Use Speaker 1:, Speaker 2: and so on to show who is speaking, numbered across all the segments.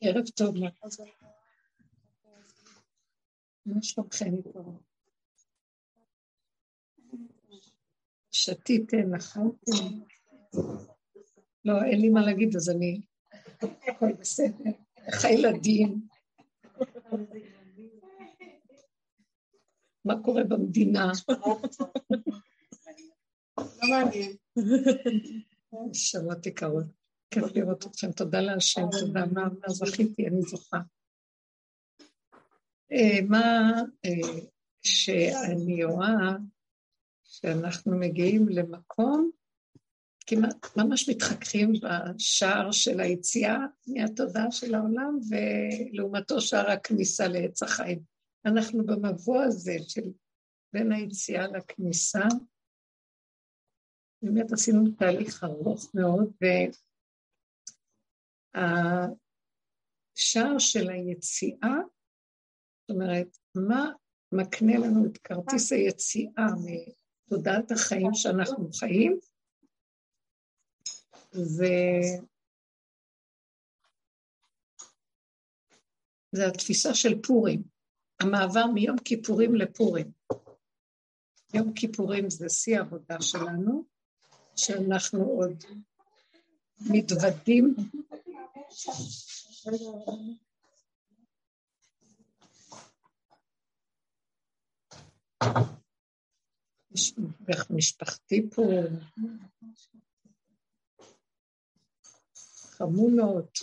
Speaker 1: ערב טוב לך. מה שלומכם פה? שתיתם, אכלתם? לא, אין לי מה להגיד, אז אני... הכל בסדר. איך הילדים? מה קורה במדינה?
Speaker 2: לא מעניין.
Speaker 1: שבת יקרות. כיף לראות אתכם, תודה להשם, תודה מה זכיתי, אני זוכה. מה שאני רואה, שאנחנו מגיעים למקום, כמעט ממש מתחככים בשער של היציאה מהתודעה של העולם, ולעומתו שער הכניסה לעץ החיים. אנחנו במבוא הזה של בין היציאה לכניסה, באמת עשינו תהליך ארוך מאוד, והשער של היציאה, זאת אומרת, מה מקנה לנו את כרטיס היציאה מתודעת החיים שאנחנו חיים, זה התפיסה של פורים, המעבר מיום כיפורים לפורים. יום כיפורים זה שיא העבודה שלנו, שאנחנו עוד מתוודים. יש משפחתי פה, חמונות.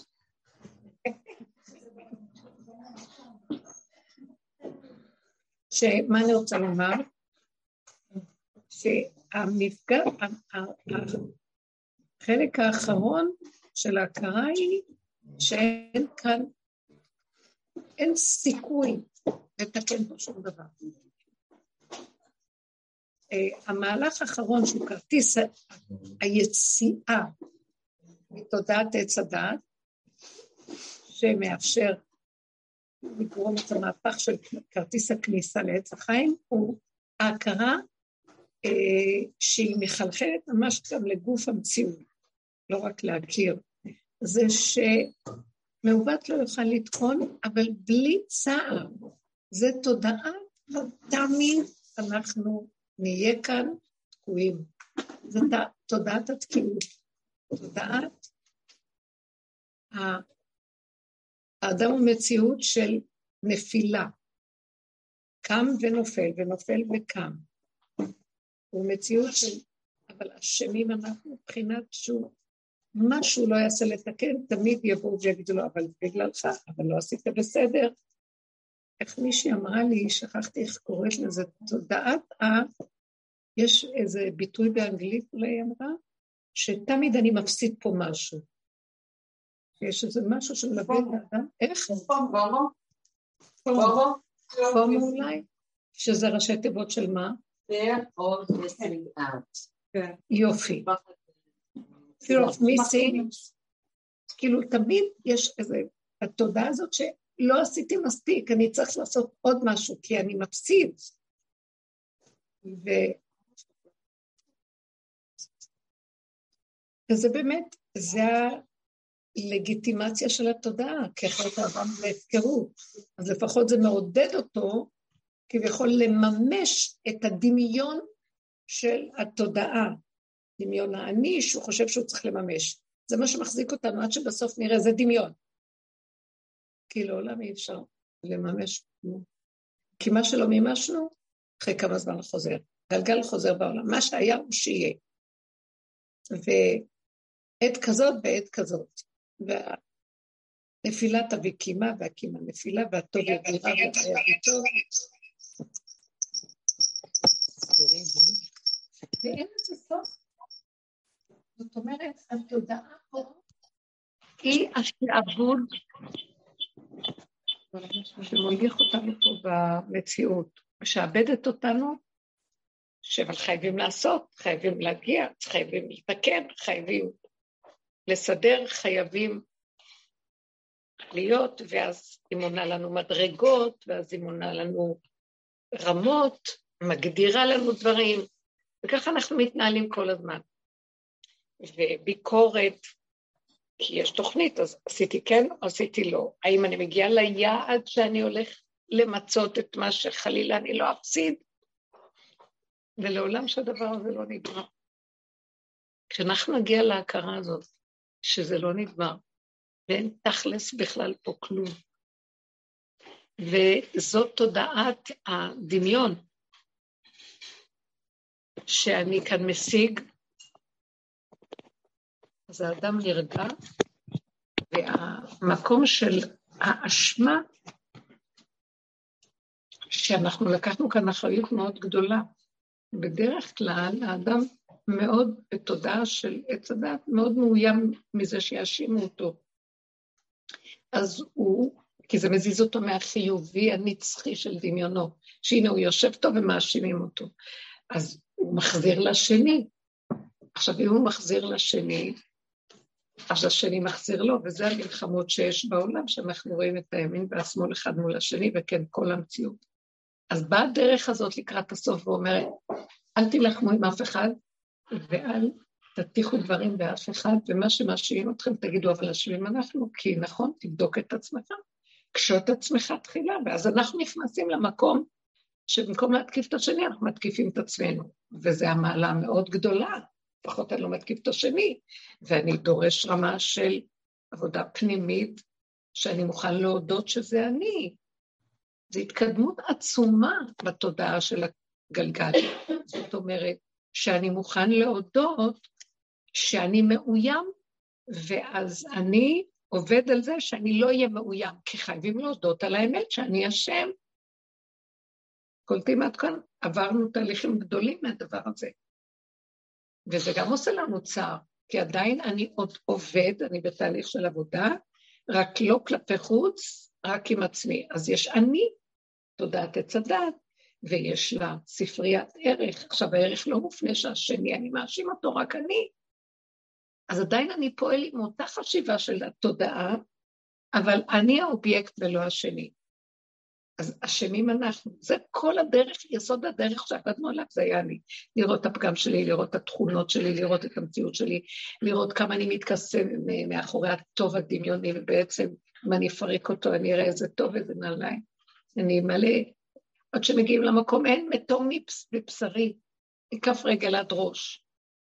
Speaker 1: שמה אני רוצה לומר? שהמפגש, החלק האחרון של ההכרה היא שאין כאן, אין סיכוי לתקן פה שום דבר. המהלך האחרון שהוא כרטיס היציאה מתודעת עץ הדעת, שמאפשר לגרום את המהפך של כרטיס הכניסה לעץ החיים, הוא ההכרה שהיא מחלחלת ממש גם לגוף המציאות, לא רק להכיר. זה שמעוות לא יוכל לתקון, אבל בלי צער. זה תודעה, תמיד אנחנו נהיה כאן תקועים. זה תודעת התקיעות. תודעת האדם הוא מציאות של נפילה. קם ונופל, ונופל וקם. הוא מציאות של, אבל אשמים אנחנו מבחינת שהוא, משהו לא יעשה לתקן, תמיד יבואו ויגידו לו, אבל בגללך, אבל לא עשית בסדר. איך מישהי אמרה לי, שכחתי איך קוראת לזה, תודעת יש איזה ביטוי באנגלית אולי אמרה, שתמיד אני מפסיד פה משהו. יש איזה משהו שמלווה את האדם, איך? פומו אולי, שזה ראשי תיבות של מה?
Speaker 2: Fear of missing out.
Speaker 1: יופי. Fear of missing, כאילו תמיד יש איזה, התודעה הזאת שלא עשיתי מספיק, אני צריך לעשות עוד משהו, כי אני מפסיד. וזה באמת, זה הלגיטימציה של התודעה, כי אחרת האדם בהפקרות. אז לפחות זה מעודד אותו, כביכול לממש את הדמיון של התודעה, דמיון העני שהוא חושב שהוא צריך לממש. זה מה שמחזיק אותנו עד שבסוף נראה, זה דמיון. כי לעולם אי אפשר לממש, כי מה שלא מימשנו, אחרי כמה זמן חוזר. גלגל חוזר בעולם, מה שהיה הוא שיהיה. ועת כזאת ועת כזאת. והנפילה תביא קימה, והקימה נפילה, והטוב יבירה והטוב. ואין את זה סוף. זאת אומרת, התודעה פה היא השעבוד שמוליך אותנו פה במציאות, משעבדת אותנו, אבל חייבים לעשות, חייבים להגיע, חייבים לתקן, חייבים לסדר, חייבים להיות, ואז היא מונה לנו מדרגות, ואז היא מונה לנו רמות, מגדירה לנו דברים, וככה אנחנו מתנהלים כל הזמן. וביקורת, כי יש תוכנית, אז עשיתי כן, עשיתי לא. האם אני מגיעה ליעד שאני הולך למצות את מה שחלילה אני לא אפסיד? ולעולם שהדבר הזה לא נגמר. כשאנחנו נגיע להכרה הזאת, שזה לא נגמר, ואין תכלס בכלל פה כלום. וזאת תודעת הדמיון, שאני כאן משיג, אז האדם נרגע, והמקום של האשמה, שאנחנו לקחנו כאן אחריות מאוד גדולה, בדרך כלל האדם מאוד בתודעה של עץ הדת, מאוד מאוים מזה שיאשימו אותו. אז הוא, כי זה מזיז אותו מהחיובי הנצחי של דמיונו, שהנה הוא יושב טוב ומאשימים אותו. אז הוא מחזיר לשני. עכשיו אם הוא מחזיר לשני, אז השני מחזיר לו, וזה המלחמות שיש בעולם, שאנחנו רואים את הימין והשמאל אחד מול השני, וכן כל המציאות. אז באה הדרך הזאת לקראת הסוף ואומרת, אל תלחמו עם אף אחד, ואל תתיחו דברים באף אחד, ומה שמאשימים אתכם תגידו, אבל אשמים אנחנו, כי נכון, תבדוק את עצמך, קשוט עצמך תחילה, ואז אנחנו נכנסים למקום, שבמקום להתקיף את השני, אנחנו מתקיפים את עצמנו, וזו המעלה המאוד גדולה, פחות אני לא מתקיף את השני, ואני דורש רמה של עבודה פנימית, שאני מוכן להודות שזה אני. זו התקדמות עצומה בתודעה של הגלגל. זאת אומרת, שאני מוכן להודות שאני מאוים, ואז אני עובד על זה שאני לא אהיה מאוים, כי חייבים להודות על האמת שאני אשם. קולטים עד כאן, עברנו תהליכים גדולים מהדבר הזה. וזה גם עושה לנו צער, כי עדיין אני עוד עובד, אני בתהליך של עבודה, רק לא כלפי חוץ, רק עם עצמי. אז יש אני, תודעת עץ הדת, ויש לה ספריית ערך. עכשיו הערך לא מופנה שהשני, אני מאשים אותו, רק אני. אז עדיין אני פועל עם אותה חשיבה של התודעה, אבל אני האובייקט ולא השני. אז אשמים אנחנו, זה כל הדרך, יסוד הדרך שעבדנו עליו, זה היה אני. לראות את הפגם שלי, לראות את התכונות שלי, לראות את המציאות שלי, לראות כמה אני מתכסה מאחורי הטוב הדמיוני, ובעצם אם אני אפרק אותו, אני אראה איזה טוב איזה נעלי. אני מלא, עד שמגיעים למקום, אין מתום מבשרי, מכף רגל עד ראש.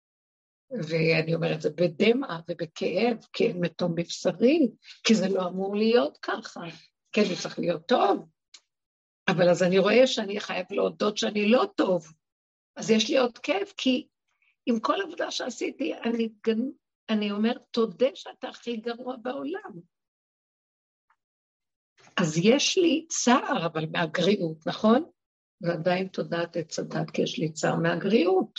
Speaker 1: ואני אומרת, זה בדמע ובכאב, כי אין מתום מבשרי, כי זה לא אמור להיות ככה, כן, זה צריך להיות טוב. אבל אז אני רואה שאני חייב להודות שאני לא טוב, אז יש לי עוד כאב, כי עם כל עבודה שעשיתי, אני אומר, תודה שאתה הכי גרוע בעולם. אז יש לי צער, אבל מהגריעות, נכון? ועדיין תודעת עץ הדת, כי יש לי צער מהגריעות.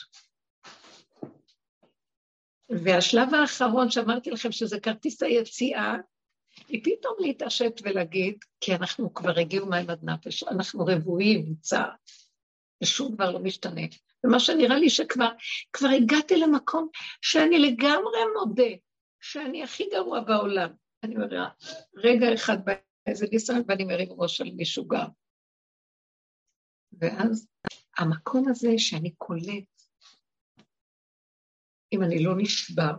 Speaker 1: והשלב האחרון שאמרתי לכם שזה כרטיס היציאה, היא פתאום להתעשת ולהגיד, כי אנחנו כבר הגיעו מים עד נפש, אנחנו רבועים, צער, ושום דבר לא משתנה. ומה שנראה לי שכבר הגעתי למקום שאני לגמרי מודה, שאני הכי גרוע בעולם. אני אומר, רגע אחד באיזה ניסיון, ואני מרים ראש על מישהו גם. ואז המקום הזה שאני קולט, אם אני לא נשבר,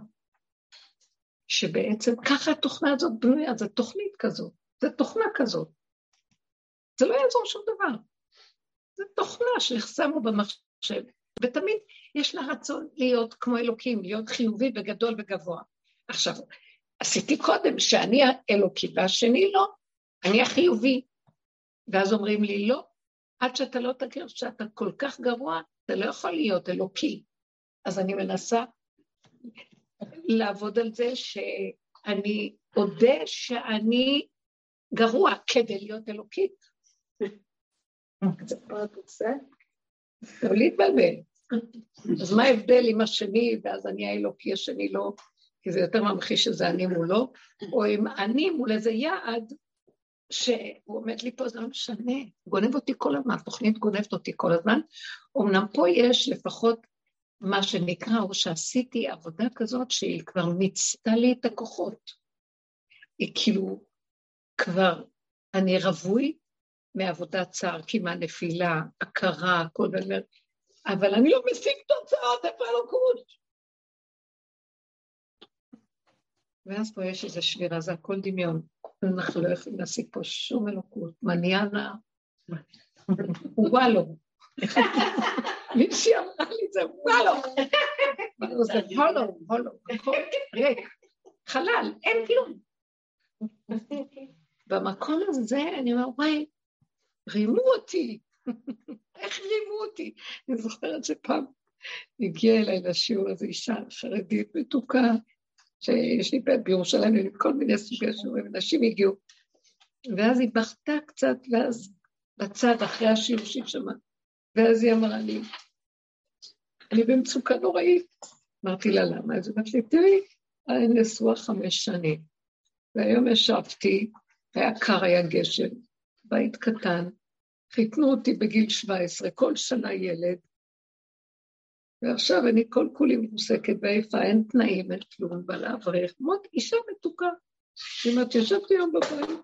Speaker 1: שבעצם ככה התוכנה הזאת בנויה, זו תוכנית כזאת, זו תוכנה כזאת. זה לא יעזור שום דבר. זו תוכנה ששמו במחשב, ותמיד יש לה רצון להיות כמו אלוקים, להיות חיובי וגדול וגבוה. עכשיו, עשיתי קודם שאני האלוקי והשני לא, אני החיובי. ואז אומרים לי לא, עד שאתה לא תכיר שאתה כל כך גרוע, אתה לא יכול להיות אלוקי. אז אני מנסה לעבוד על זה שאני אודה שאני גרוע כדי להיות אלוקית. זה פרדוקסל. לא להתבלבל. אז מה ההבדל עם השני, ואז אני האלוקי, השני לא, כי זה יותר ממחיש שזה אני מולו, או אם אני מול איזה יעד, שהוא עומד לי פה, זה לא משנה, גונב אותי כל הזמן, תוכנית גונבת אותי כל הזמן, אמנם פה יש לפחות מה שנקרא, או שעשיתי עבודה כזאת שהיא כבר מיצתה לי את הכוחות. היא כאילו כבר, אני רבוי מעבודת צער, כמעט נפילה, הכרה, הכל באמת, אבל אני לא משיג תוצאות, איפה אלוקות? ואז פה יש איזו שבירה, זה הכל דמיון. אנחנו לא יכולים להשיג פה שום אלוקות. מניאנה, וואלו. מישהי אמרה לי זה וואלו. זה הולו, הכל ריק, חלל, אין כלום. במקום הזה אני אומר, וואי, רימו אותי. איך רימו אותי? אני זוכרת שפעם הגיעה אליי לשיעור הזה אישה חרדית מתוקה, שיש לי בירושלים, עם כל מיני סוגי שיעורים, נשים הגיעו, ואז היא בכתה קצת, ואז בצד אחרי השיעור שהיא שמעה, ואז היא אמרה לי, אני במצוקה נוראית. אמרתי לה, למה? אז אמרתי לי, תראי, אני נשואה 5 שנים, והיום ישבתי, היה קר, היה גשם, בית קטן, חיתנו אותי בגיל 17, כל שנה ילד, ועכשיו אני כל כולי מוסקת בעיפה, אין תנאים, אין כלום, בא לאברך, מאוד אישה מתוקה, אם את יושבת היום בבית,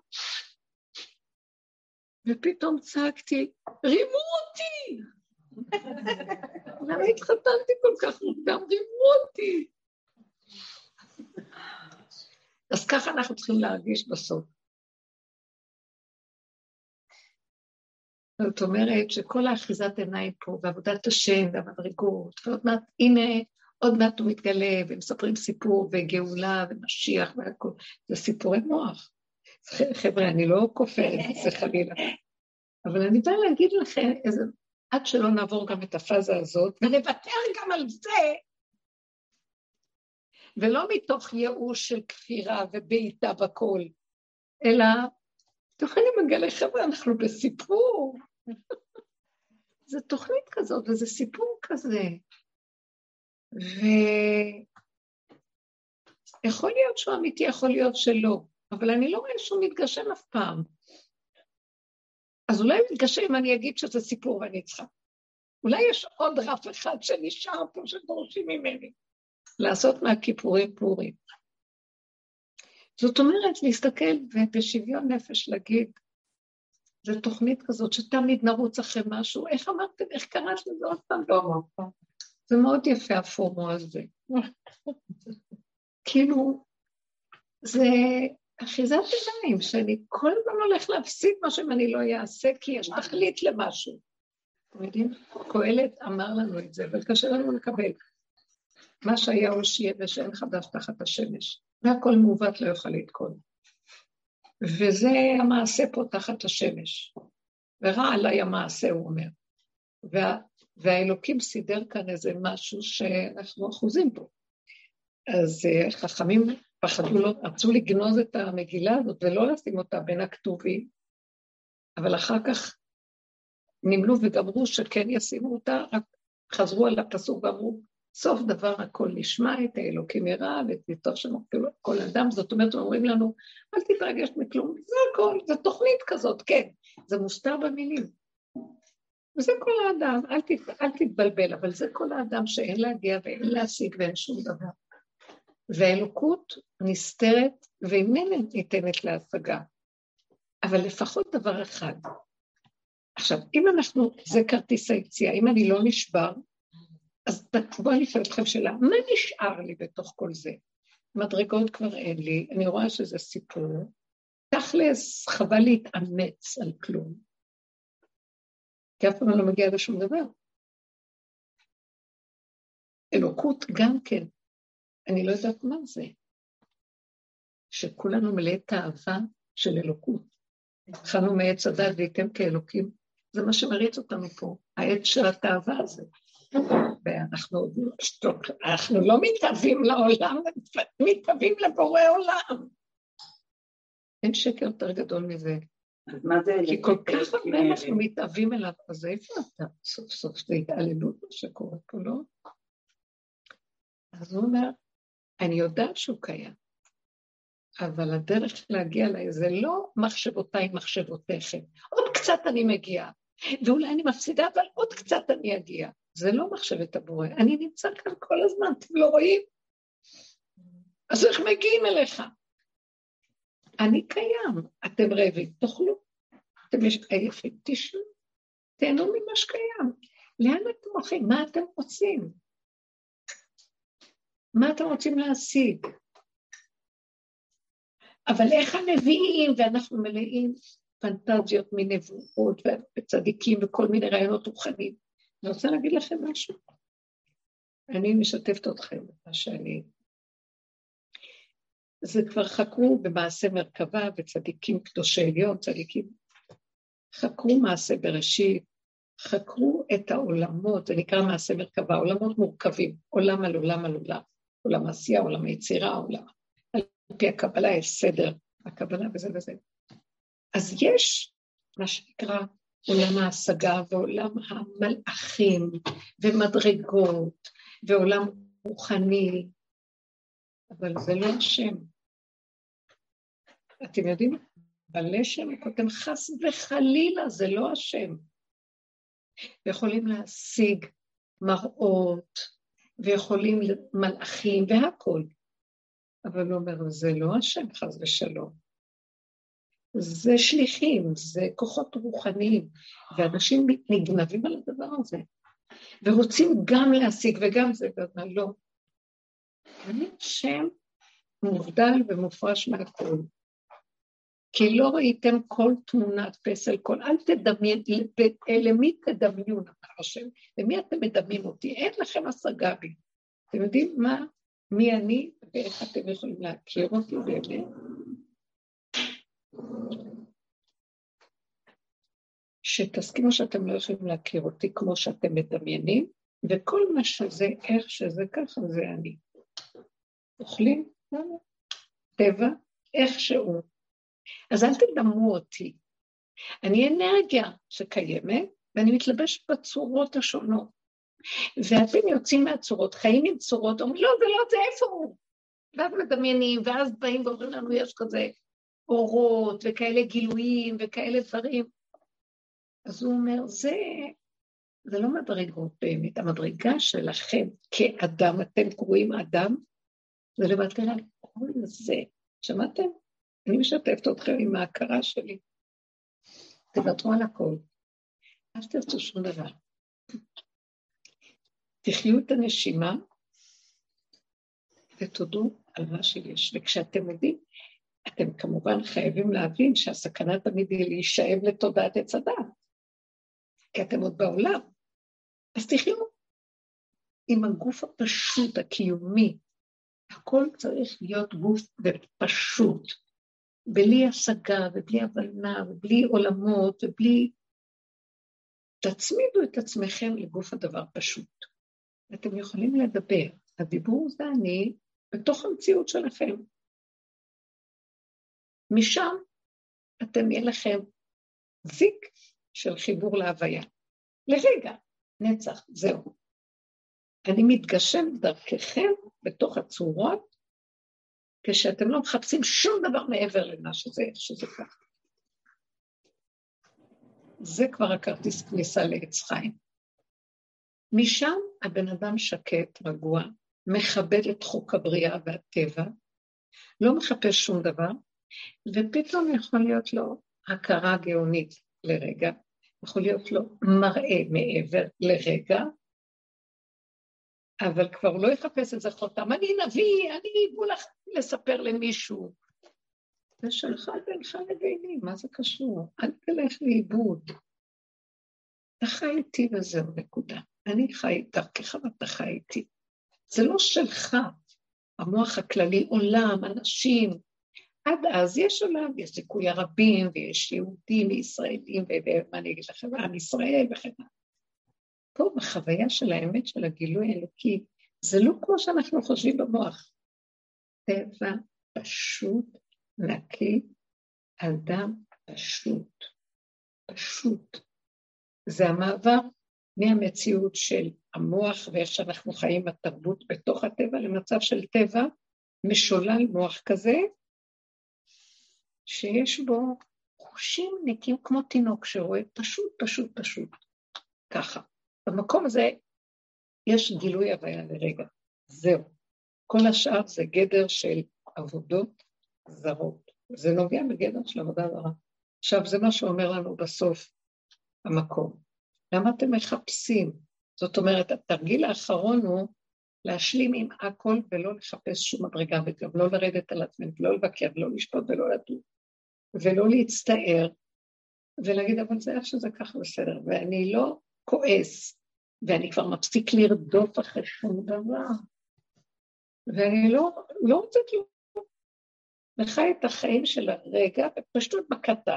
Speaker 1: ופתאום צעקתי, רימו אותי! למה התחתנתי כל כך מוקדם? רימו אותי! אז ככה אנחנו צריכים להרגיש בסוף. זאת אומרת שכל האחיזת עיניים פה, ועבודת השם והמדרגות, ועוד מעט, הנה, עוד מעט הוא מתגלה, ומספרים סיפור, וגאולה, ומשיח, והכל. זה סיפורי מוח. חבר'ה, אני לא כופרת, זה חלילה. אבל אני באה להגיד לכם, עד שלא נעבור גם את הפאזה הזאת, ונוותר גם על זה, ולא מתוך ייאוש של כפירה ובעיטה בכל, אלא, תוך אני מגלה, חבר'ה, אנחנו בסיפור. זה תוכנית כזאת, וזה סיפור כזה. ויכול להיות שהוא אמיתי, יכול להיות שלא, אבל אני לא רואה שהוא מתגשם אף פעם. אז אולי הוא מתגשם אם אני אגיד שזה סיפור ואני צריכה. אולי יש עוד רף אחד שנשאר פה שדורשים ממני. לעשות מהכיפורים פורים. זאת אומרת, להסתכל ובשוויון נפש להגיד, זו תוכנית כזאת שתמיד נרוץ אחרי משהו. איך אמרתם, איך קראת לזה עוד פעם? לא אמרת. זה מאוד יפה הפורמו הזה. כאילו, זה אחיזת עיניים, שאני כל הזמן הולך להפסיד מה שאני לא אעשה, כי יש תכלית למשהו. אתם יודעים? קהלת אמר לנו את זה, אבל קשה לנו לקבל. מה שהיה הוא שיהיה ושאין חדש תחת השמש. והכל מעוות לא יוכל לתקון. וזה המעשה פה תחת השמש. ורע עליי המעשה, הוא אומר. והאלוקים סידר כאן איזה משהו שאנחנו אחוזים בו. אז חכמים פחדו, רצו לגנוז את המגילה הזאת ולא לשים אותה בין הכתובים, אבל אחר כך נמלו וגמרו שכן ישימו אותה, רק חזרו על הפסוק ואמרו, סוף דבר הכל נשמע את האלוקים יראה ותיטוב שמוכתלו כל אדם, זאת אומרת, אומרים לנו, אל תתרגש מכלום, זה הכל, זה תוכנית כזאת, כן, זה מוסתר במילים. וזה כל האדם, אל תתבלבל, אבל זה כל האדם שאין להגיע ואין להשיג ואין שום דבר. והאלוקות נסתרת ואיננה ניתנת להשגה. אבל לפחות דבר אחד. עכשיו, אם אנחנו, זה כרטיס היציאה, אם אני לא נשבר, אז בואו אני אשאל אתכם שאלה, מה נשאר לי בתוך כל זה? מדרגות כבר אין לי, אני רואה שזה סיפור, תכלס חבל להתאמץ על כלום, כי אף פעם לא מגיע לשום דבר. אלוקות גם כן, אני לא יודעת מה זה, שכולנו מלא תאווה של אלוקות, חנו מעץ הדת וייתם כאלוקים, זה מה שמריץ אותנו פה, העץ של התאווה הזה. ואנחנו לא מתאבים לעולם, מתאבים לבורא עולם. אין שקר יותר גדול מזה. כי כל כך הרבה אנחנו מתאבים אליו, אז איפה אתה? סוף סוף זה התעללות מה שקורה פה, לא? אז הוא אומר, אני יודעת שהוא קיים, אבל הדרך להגיע אליי זה לא מחשבותיי מחשבותיכם. עוד קצת אני מגיעה, ואולי אני מפסידה, אבל עוד קצת אני אגיע. זה לא מחשבת הבורא, אני נמצא כאן כל הזמן, אתם לא רואים? אז איך מגיעים אליך? אני קיים, אתם רעבים, תאכלו, אתם עייפים, תשנו, תהנו ממה שקיים. לאן אתם הולכים? מה אתם רוצים? מה אתם רוצים להשיג? אבל איך הנביאים, ואנחנו מלאים פנטזיות מנבואות וצדיקים וכל מיני רעיונות רוחניים. אני רוצה להגיד לכם משהו. אני משתפת אתכם במה שאני... זה כבר חקרו במעשה מרכבה וצדיקים קדושי עליון, צדיקים. חקרו מעשה בראשית, חקרו את העולמות, זה נקרא מעשה מרכבה, עולמות מורכבים, עולם על עולם על עולם, עולם עשייה, עולם היצירה, עולם. על פי הקבלה יש סדר, הקבלה וזה וזה. אז יש מה שנקרא עולם ההשגה ועולם המלאכים ומדרגות ועולם רוחני, אבל זה לא השם. אתם יודעים, בלשם כותב חס וחלילה, זה לא השם. ויכולים להשיג מראות, ויכולים מלאכים והכל. אבל הוא אומר, זה לא השם חס ושלום. זה שליחים, זה כוחות רוחניים, ואנשים נגנבים על הדבר הזה. ורוצים גם להשיג וגם זה, ואומר, לא. אני השם מובדל ומופרש מהכל. כי לא ראיתם כל תמונת פסל, אל תדמיין, למי תדמיון, אמר השם, למי אתם מדמים אותי? אין לכם השגה בי. אתם יודעים מה? מי אני ואיך אתם יכולים להכיר אותי באמת? שתסכימו שאתם לא יכולים להכיר אותי כמו שאתם מדמיינים, וכל מה שזה, איך שזה, ככה זה אני. אוכלים? טבע, איך שהוא. אז אל תדמו אותי. אני אנרגיה שקיימת, ואני מתלבשת בצורות השונות. ואתם יוצאים מהצורות, חיים עם צורות, אומרים, לא, זה לא, זה איפה הוא? ואז מדמיינים, ואז באים ואומרים לנו, יש כזה אורות, וכאלה גילויים, וכאלה דברים. אז הוא אומר, זה לא מדרגות באמת, המדרגה שלכם כאדם, אתם קוראים אדם, זה לוותר על כל זה. שמעתם? אני משתפת אתכם עם ההכרה שלי. תוותרו על הכל. אל תעשו שום דבר. תחיו את הנשימה, ותודו על מה שיש. וכשאתם יודעים, אתם כמובן חייבים להבין שהסכנה תמיד היא להישאב לתודעת עץ הדת. כי אתם עוד בעולם. אז תחיו עם הגוף הפשוט, הקיומי. הכל צריך להיות גוף פשוט. בלי השגה ובלי הבנה ובלי עולמות ובלי... תצמידו את עצמכם לגוף הדבר פשוט. אתם יכולים לדבר. הדיבור זה אני בתוך המציאות שלכם. משם אתם יהיה לכם זיק של חיבור להוויה. לרגע, נצח, זהו. אני מתגשם דרככם בתוך הצורות, כשאתם לא מחפשים שום דבר מעבר למה שזה כך. זה כבר הכרטיס כניסה לעץ חיים. משם הבן אדם שקט, רגוע, מכבד את חוק הבריאה והטבע, לא מחפש שום דבר, ופתאום יכול להיות לו הכרה גאונית לרגע, יכול להיות לו מראה מעבר לרגע, אבל כבר לא יחפש את זה חותם, אני נביא, אני בוא לך לספר למישהו. זה שלך בינך לביני, מה זה קשור? אל תלך לאיבוד. אתה חי איתי וזהו נקודה. אני חי דרכך ואתה חי איתי. זה לא שלך, המוח הכללי, עולם, אנשים. עד אז יש עולם, יש זיכוי הרבים, ויש יהודים וישראלים, ומה אני אגיד לכם, עם ישראל וכן הלאה. פה בחוויה של האמת של הגילוי האלוקי, זה לא כמו שאנחנו חושבים במוח. טבע פשוט, נקי, אדם פשוט. פשוט. זה המעבר מהמציאות של המוח ואיך שאנחנו חיים התרבות בתוך הטבע, למצב של טבע משולל מוח כזה, שיש בו חושים נקיים כמו תינוק שרואה פשוט, פשוט, פשוט. ככה. במקום הזה יש גילוי הוויה לרגע. זהו. כל השאר זה גדר של עבודות זרות. זה נוגע בגדר של עבודה זרה. עכשיו זה מה שאומר לנו בסוף המקום. למה אתם מחפשים? זאת אומרת, התרגיל האחרון הוא להשלים עם הכל ולא לחפש שום מדרגה וגם לא לרדת על עצמנו, ולא לבקר, ולא לשפוט ולא לדון, ולא להצטער, ולהגיד, אבל זה איך שזה ככה בסדר, ואני לא כועס, ואני כבר מפסיק לרדוף אחרי שום דבר, ואני לא רוצה כלום. לחי את החיים של הרגע, ופשוט בקטן.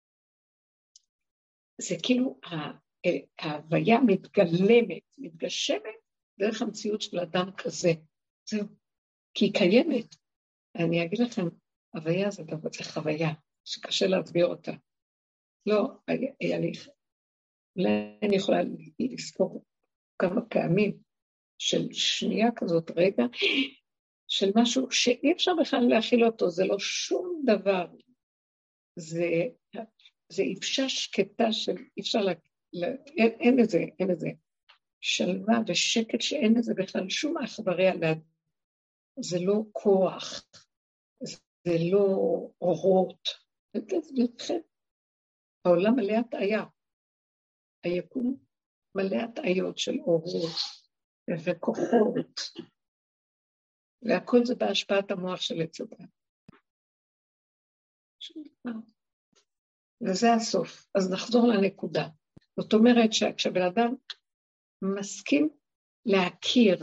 Speaker 1: זה כאילו ההוויה מתגלמת, מתגשמת, דרך המציאות של אדם כזה. זהו. כי היא קיימת. אני אגיד לכם, הוויה זה חוויה, שקשה להסביר אותה. לא, היה לי, אני יכולה לזכור כמה פעמים של שנייה כזאת, רגע, של משהו שאי אפשר בכלל להכיל אותו, זה לא שום דבר. זה אפשר שקטה של, אפשר, אין איזה שלווה ושקט שאין איזה בכלל שום אכבריה, זה לא כוח, זה לא אורות, העולם מלא הטעיה, היקום מלא הטעיות של אורות וכוחות, והכל זה בהשפעת המוח של הצדה. וזה הסוף. אז נחזור לנקודה. זאת אומרת שכשבן אדם מסכים להכיר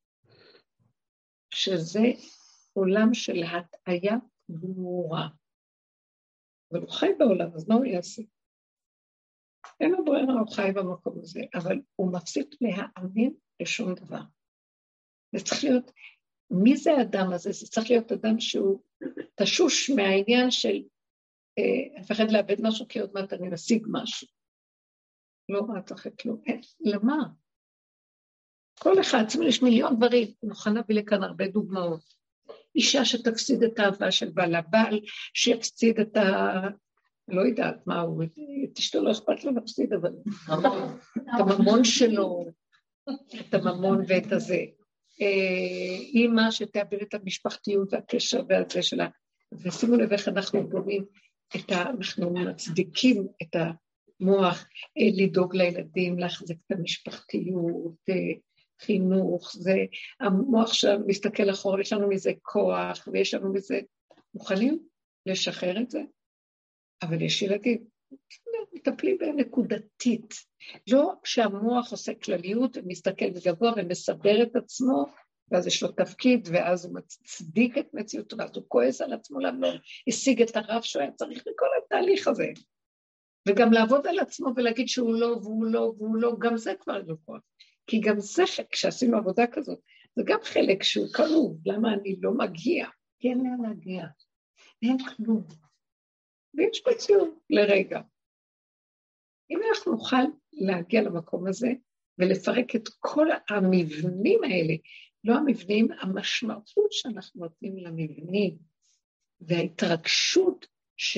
Speaker 1: שזה עולם של הטעיה ברורה, אבל הוא חי בעולם, אז מה הוא יעשה? אין לו ברירה, הוא חי במקום הזה, אבל הוא מפסיק להאמין לשום דבר. זה צריך להיות, מי זה האדם הזה? זה צריך להיות אדם שהוא תשוש מהעניין של מפחד לאבד משהו, כי עוד מעט אני משיג משהו. לא מה צריך כלום. למה? כל אחד, יש מיליון דברים, נוכל להביא לכאן הרבה דוגמאות. אישה שתפסיד את האהבה של בעל הבעל, שיפסיד את לא יודעת מה הוא, את אשתו לא אכפת לו להפסיד, אבל את הממון שלו, את הממון ואת הזה. אימא שתאבד את המשפחתיות והקשר והזה שלה, ושימו לב איך אנחנו דומים, אנחנו מצדיקים את המוח, לדאוג לילדים, להחזיק את המשפחתיות, חינוך, זה המוח שלנו מסתכל אחורה, יש לנו מזה כוח, ויש לנו מזה, מוכנים לשחרר את זה? אבל יש ילדים, מטפלים בהם נקודתית, לא שהמוח עושה כלליות, ומסתכל בגבוה ומסבר את עצמו, ואז יש לו תפקיד, ואז הוא מצדיק את מציאותו, ואז הוא כועס על עצמו, למה לא השיג את הרב שהוא היה צריך לכל התהליך הזה, וגם לעבוד על עצמו ולהגיד שהוא לא, והוא לא, והוא לא, גם זה כבר לא כוח, כי גם זה, כשעשינו עבודה כזאת, זה גם חלק שהוא קרוב, למה אני לא מגיע, כי אין לאן להגיע, אין כלום, ויש מציאות לרגע. אם אנחנו נוכל להגיע למקום הזה, ולפרק את כל המבנים האלה, לא המבנים, המשמעות שאנחנו נותנים למבנים, וההתרגשות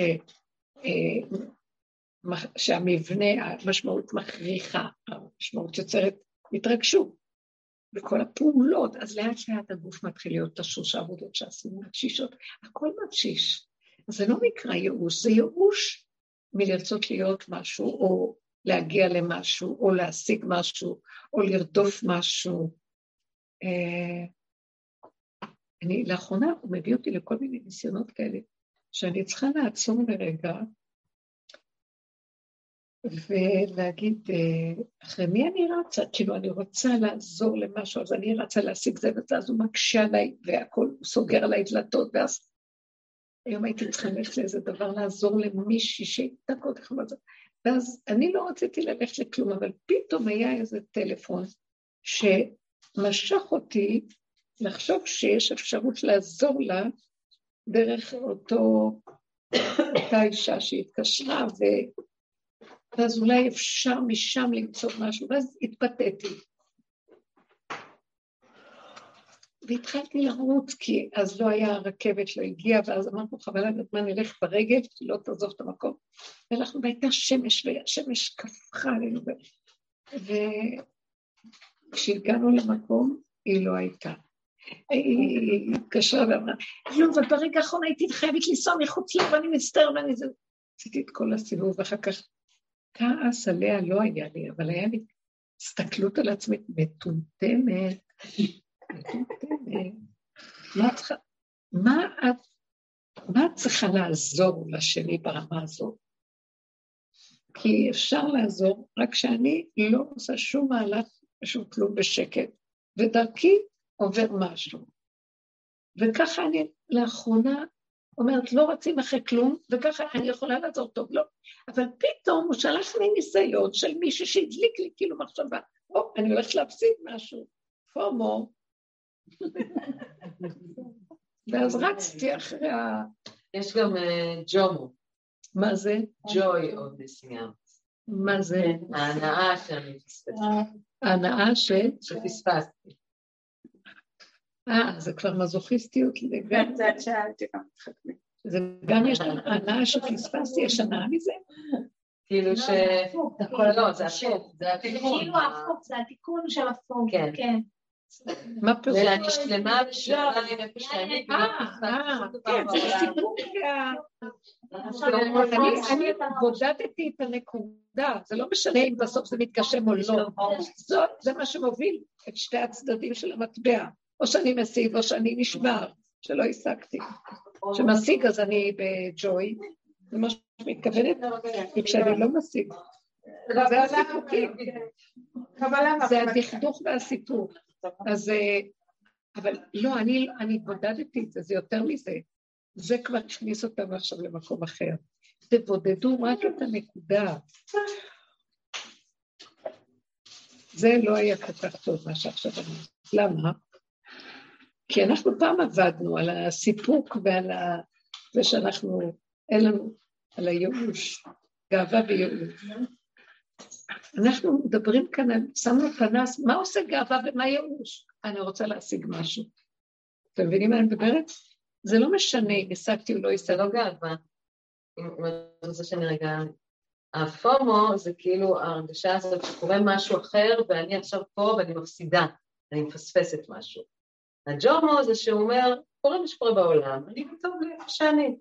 Speaker 1: שהמבנה, המשמעות מכריחה, המשמעות יוצרת התרגשות, וכל הפעולות, אז לאט לאט הגוף מתחיל להיות תשוש, העבודות שעשינו מתשישות, הכל מתשיש. אז זה לא נקרא ייאוש, זה ייאוש מלרצות להיות משהו, או להגיע למשהו, או להשיג משהו, או לרדוף משהו. לאחרונה הוא מביא אותי לכל מיני ניסיונות כאלה, שאני צריכה לעצור לרגע, ולהגיד, אחרי מי אני רצה? כאילו אני רוצה לעזור למשהו, אז אני רצה להשיג זה וזה, אז הוא מקשה עליי, והכל סוגר עליי דלתות, ואז היום הייתי צריכה ללכת לאיזה דבר, לעזור למישהי שתקוד לך בזה. ואז אני לא רציתי ללכת לכלום, אבל פתאום היה איזה טלפון, שמשך אותי לחשוב שיש אפשרות לעזור לה, דרך אותה אישה שהתקשרה, ואז אולי אפשר משם למצוא משהו, ואז התפתיתי. והתחלתי לרוץ, כי אז לא היה רכבת, לא הגיעה, ואז אמרנו, חבל עד מה נלך ברגל, לא תעזוב את המקום. והלכנו, והייתה שמש, והשמש קפחה עלינו. וכשהגענו למקום, היא לא הייתה. היא התקשרה ואמרה, לא, אבל ברגע האחרון הייתי חייבת לנסוע מחוץ לה, ואני מצטער, ואני זה... עשיתי את כל הסיבוב, ואחר כך כעס עליה לא היה לי, אבל היה לי הסתכלות על עצמי מטומטמת, מה את צריכה לעזור לשני ברמה הזאת? כי אפשר לעזור, רק שאני לא עושה שום מהלך, שום כלום בשקט, ודרכי עובר משהו. וככה אני לאחרונה אומרת, לא רצים אחרי כלום, וככה אני יכולה לעזור טוב, לא. אבל פתאום הוא שלח לי ניסיון של מישהו שהדליק לי כאילו מחשבה, אני הולכת להפסיד משהו, פומו. ואז רצתי אחרי
Speaker 2: יש גם ג'ומו.
Speaker 1: מה זה?
Speaker 2: Joy of missing out.
Speaker 1: מה זה?
Speaker 2: ההנאה שאני פספסתי.
Speaker 1: ההנאה
Speaker 2: שפספסתי.
Speaker 1: זה כבר מזוכיסטיות לגמרי.
Speaker 3: זה שאלתי גם מתחכמי.
Speaker 1: זה גם יש הנאה שפספסתי, יש הנאה מזה?
Speaker 2: כאילו ש... לא, זה הפוך. זה
Speaker 3: כאילו הפוך, זה התיקון של הפוך. כן.
Speaker 1: מה פירוש?
Speaker 2: ואני שלמה ושלמה לי נפש האמת.
Speaker 1: כן, זה סיפור. אני בודדתי את הנקודה, זה לא משנה אם בסוף זה מתגשם או לא. זה מה שמוביל את שתי הצדדים של המטבע. או שאני משיג או שאני נשבר, שלא השגתי. שמשיג אז אני בג'וי, זה מה שמתכוונת, וכשאני לא משיג. זה הסיפוקים. זה הדכדוך והסיפור. אז, אבל לא, אני בודדתי את זה, זה יותר מזה. זה כבר הכניס אותנו עכשיו למקום אחר. תבודדו רק את הנקודה. זה לא היה כל כך טוב מה שעכשיו אני. למה? כי אנחנו פעם עבדנו על הסיפוק ועל זה שאנחנו, אין לנו, על הייאוש, גאווה וייאוש. אנחנו מדברים כאן, שמנו פנס, מה עושה גאווה ומה ייאוש? אני רוצה להשיג משהו. אתם מבינים מה אני מדברת? זה לא משנה אם השגתי או לא השגתי.
Speaker 2: זה לא גאווה. אם את רוצה שאני רגע... הפומו זה כאילו ההרגשה הזאת שקורה משהו אחר ואני עכשיו פה ואני מפסידה, אני מפספסת משהו. הג'ומו זה שהוא אומר, קורה מה שקורה בעולם, אני טוב לי איפה שאני.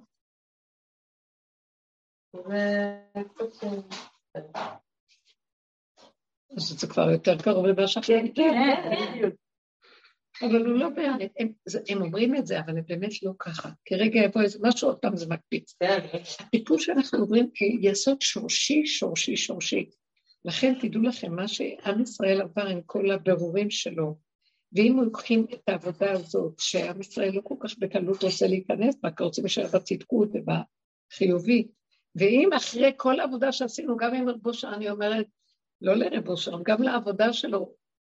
Speaker 1: אז זה כבר יותר קרוב למה שאחרים.
Speaker 3: כן.
Speaker 1: אבל הוא לא באמת, הם אומרים את זה, אבל הם באמת לא ככה. כי רגע יבוא איזה משהו, עוד פעם זה מקפיץ. הטיפול שאנחנו עוברים כיסוד שורשי. לכן תדעו לכם, מה שעם ישראל עבר עם כל הבירורים שלו, ואם לוקחים את העבודה הזאת, שעם ישראל לא כל כך בקלות רוצה להיכנס, רק רוצים להישאר בצדקות ובחיובי, ואם אחרי כל העבודה שעשינו, גם עם רב אושר, אני אומרת, לא לרב אושר, גם לעבודה שלו,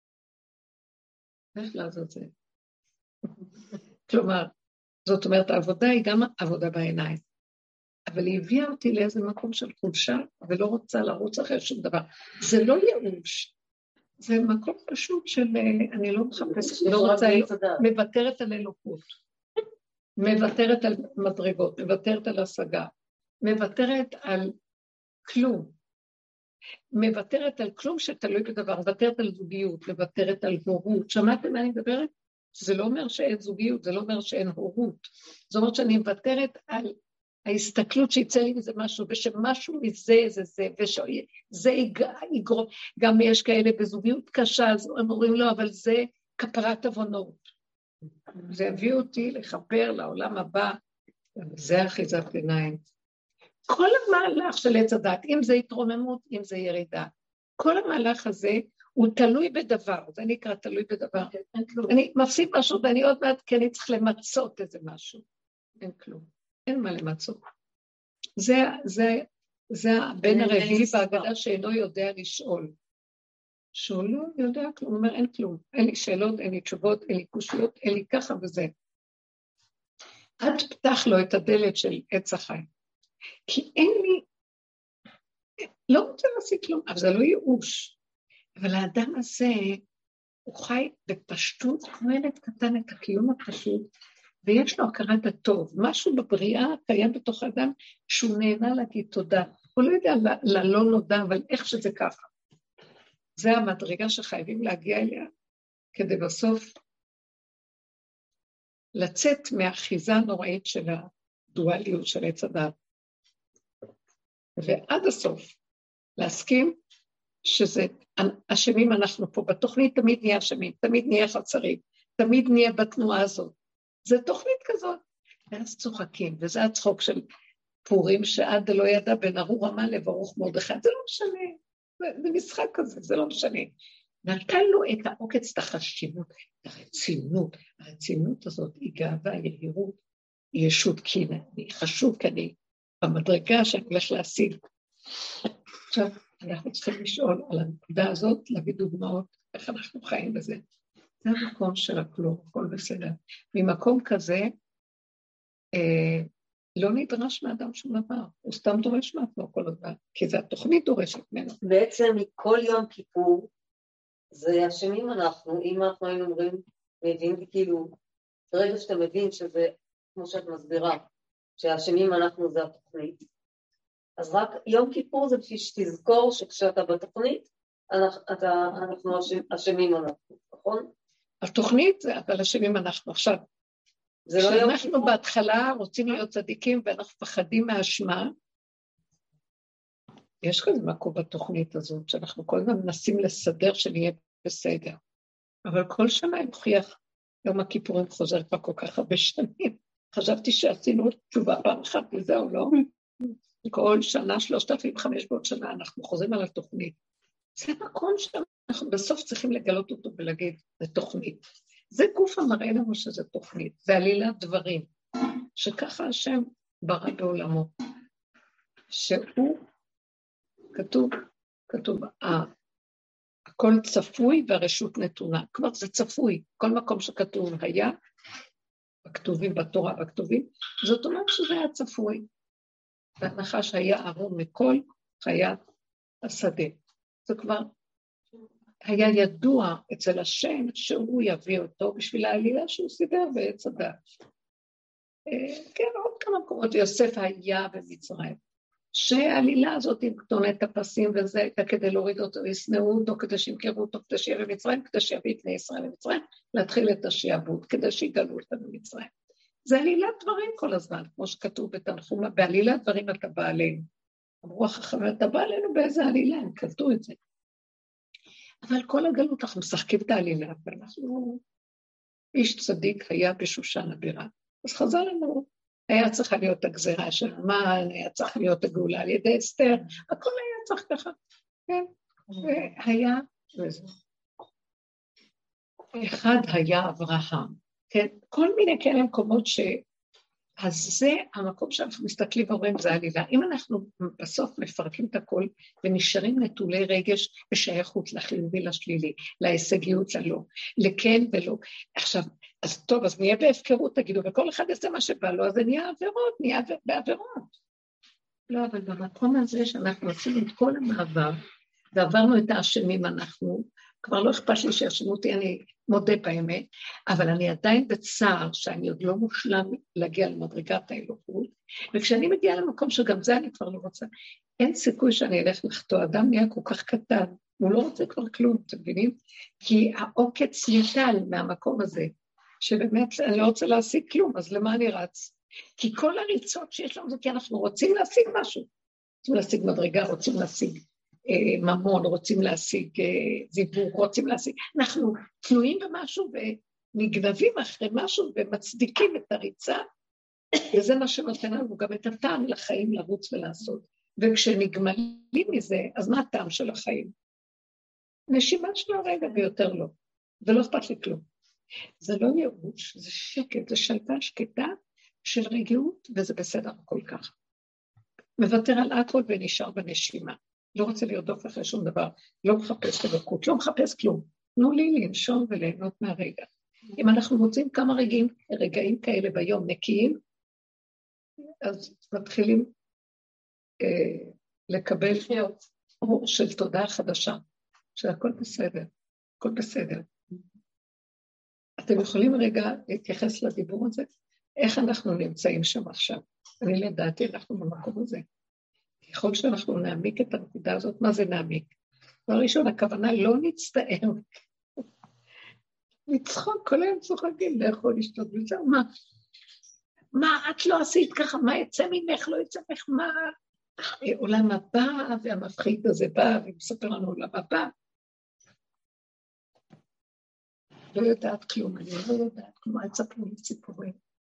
Speaker 1: איך לעשות זה? כלומר, זאת אומרת, העבודה היא גם עבודה בעיניים, אבל היא הביאה אותי לאיזה מקום של חולשה, ולא רוצה לרוץ אחרי שום דבר. זה לא ייאוש, זה מקום פשוט של, אני לא מחפשת, לא רוצה, מבטרת על אלוקות, מבטרת על מדרגות, מבטרת על השגה, מבטרת על כלום, מבטרת על כלום שתלוי בדבר, מבטרת על זוגיות, מבטרת על הורות. שמעתם מה אני מדברת? זה לא אומר שאין זוגיות, זה לא אומר שאין הורות. זאת אומרת שאני מבטרת על ההסתכלות שיצא לי מזה משהו, ושמשהו מזה זה, ושזה יגרום, גם יש כאלה בזוגיות קשה, אז הם אומרים לו, אבל זה כפרת עוונות. זה יביא אותי לחבר לעולם הבא, זה אחיזת עיניים. כל המהלך של עץ הדת, אם זה התרוממות, אם זה ירידה, כל המהלך הזה הוא תלוי בדבר, זה נקרא תלוי בדבר. אני מפסיד משהו ואני עוד מעט, כי אני צריך למצות איזה משהו. אין כלום, אין מה למצות. זה הבן הרביעי בהגדה שאינו יודע לשאול. שהוא לא יודע כלום, הוא אומר אין כלום, אין לי שאלות, אין לי תשובות, אין לי קושיות, אין לי ככה וזה. עד פתח לו את הדלת של עץ החיים. כי אין לי, לא רוצה להשיג כלום, אבל זה לא ייאוש. אבל האדם הזה, הוא חי בפשטות, כמו ילד קטן את הקיום הפשוט, ויש לו הכרת הטוב. משהו בבריאה קיים בתוך האדם, שהוא נהנה להגיד תודה. הוא לא יודע ללא נודע, אבל איך שזה ככה. זה המדרגה שחייבים להגיע אליה, כדי בסוף לצאת מהאחיזה הנוראית של הדואליות של עץ הדת. ועד הסוף, להסכים שזה, אשמים אנחנו פה, בתוכנית תמיד נהיה אשמים, תמיד נהיה חצרים, תמיד נהיה בתנועה הזאת. זה תוכנית כזאת. ואז צוחקים, וזה הצחוק של פורים שעד לא ידע בין ארור המן לברוך מרדכי, זה לא משנה, זה משחק כזה, זה לא משנה. נתן לו את העוקץ, את החשיבות, את הרצינות. הרצינות הזאת היא גאווה, יהירות, היא ישות, כי אני חשוב, כי אני במדרגה שאני הולך להשיג. עכשיו, אנחנו צריכים לשאול על הנקודה הזאת, להביא דוגמאות, איך אנחנו חיים בזה. זה המקום של הכלום, הכל בסדר. ממקום כזה, לא נדרש מאדם שום דבר, הוא סתם דורש מעצמו כל דבר, כי זה התוכנית דורשת ממנו.
Speaker 2: בעצם מכל יום כיפור, זה אשמים אנחנו, אם אנחנו היינו אומרים, מבין כאילו, ברגע שאתה מבין שזה, כמו שאת מסבירה, שהאשמים אנחנו זה התוכנית, אז רק יום כיפור זה בשביל שתזכור שכשאתה בתוכנית, אנחנו אשמים אנחנו, נכון?
Speaker 1: התוכנית זה, אבל אשמים אנחנו עכשיו. כשאנחנו בהתחלה רוצים להיות צדיקים ואנחנו פחדים מהאשמה, יש כזה מקום בתוכנית הזאת, שאנחנו כל הזמן מנסים לסדר שנהיה בסדר. אבל כל שנה אני מוכיח, יום הכיפורים חוזר כבר כל כך הרבה שנים. חשבתי שעשינו תשובה פעם אחת וזהו, לא? כל שנה, 3,500 שנה, אנחנו חוזרים על התוכנית. זה מקום שאנחנו בסוף צריכים לגלות אותו ולהגיד, זה תוכנית. זה גוף המראה לנו שזה תוכנית, זה עלילת דברים, שככה השם ברא בעולמו, שהוא, כתוב, הכל צפוי והרשות נתונה, כבר זה צפוי, כל מקום שכתוב היה, בכתובים, בתורה, בכתובים, זאת אומרת שזה היה צפוי, והנחש היה ארון מכל חיית השדה, זה כבר היה ידוע אצל השם שהוא יביא אותו בשביל העלילה שהוא סידר בעץ הדעת. כן, עוד כמה מקומות, יוסף היה במצרים, שהעלילה הזאת עם כתונת הפסים וזה הייתה כדי להוריד אותו, יסנאו אותו כדי שימכרו אותו, כדי שיהיה במצרים, כדי שיביא את בני ישראל למצרים, להתחיל את השיעבוד, כדי שיגלו אותה במצרים. זה עלילת דברים כל הזמן, כמו שכתוב בתנחומה, בעלילת דברים אתה בא עלינו. אמרו החכמים, אתה בא עלינו באיזה עלילה, הם קלטו את זה. אבל כל הגלות אנחנו משחקים את העלילה, ואנחנו, איש צדיק היה בשושן הבירה. אז חזר לנו, היה צריכה להיות הגזירה של המן, היה צריך להיות הגאולה על ידי אסתר, הכל היה צריך ככה, כן? והיה, אחד היה אברהם, כן? כל מיני כאלה מקומות אז זה המקום שאנחנו מסתכלים ואומרים, זה עלילה. אם אנחנו בסוף מפרקים את הכל ונשארים נטולי רגש ושייכות לחיובי לשלילי, להישגיות ללא, לכן ולא. עכשיו, אז טוב, אז נהיה בהפקרות, תגידו, וכל אחד יעשה מה שבא לו, אז זה נהיה עבירות, נהיה בעבירות. לא, אבל במקום הזה שאנחנו עשינו את כל המעבר, ועברנו את האשמים אנחנו, כבר לא אכפת לי שיאשימו אותי, אני מודה באמת, אבל אני עדיין בצער שאני עוד לא מושלם להגיע למדרגת האלוקות, וכשאני מגיעה למקום שגם זה אני כבר לא רוצה, אין סיכוי שאני אלך לחטוא, אדם נהיה כל כך קטן, הוא לא רוצה כבר כלום, אתם מבינים? כי העוקץ ניטל מהמקום הזה, שבאמת אני לא רוצה להשיג כלום, אז למה אני רץ? כי כל הריצות שיש לנו זה כי אנחנו רוצים להשיג משהו, רוצים להשיג מדרגה, רוצים להשיג ממון, רוצים להשיג זיבור, רוצים להשיג, אנחנו תלויים במשהו ונגנבים אחרי משהו ומצדיקים את הריצה, וזה מה שנותן לנו גם את הטעם לחיים לרוץ ולעשות, וכשנגמלים מזה, אז מה הטעם של החיים? נשימה של הרגע ביותר לא, ולא אכפת לי כלום. זה לא ייאוש, זה שקט, זה שלווה שקטה של רגיעות, וזה בסדר כל כך. מוותר על הכל ונשאר בנשימה. לא רוצה לרדוף אחרי שום דבר, לא מחפש אלוקות, לא מחפש כלום. תנו לי לנשום וליהנות מהרגע. אם אנחנו מוצאים כמה רגעים כאלה ביום נקיים, אז מתחילים לקבל אור של תודעה חדשה, שהכל בסדר, הכל בסדר. אתם יכולים רגע להתייחס לדיבור הזה? איך אנחנו נמצאים שם עכשיו? אני לדעתי, אנחנו במקום הזה. ככל שאנחנו נעמיק את הנקודה הזאת, מה זה נעמיק? בראשון, הכוונה לא נצטער. לצחוק, כל היום צוחקים, לאכול לשתות, וזהו, מה את לא עשית ככה, מה יצא ממך, לא יצא ממך, מה? עולם הבא, והמפחיד הזה בא, ומספר לנו עולם הבא. לא יודעת כלום, אני לא יודעת כלום, אל תספרו לי סיפורים.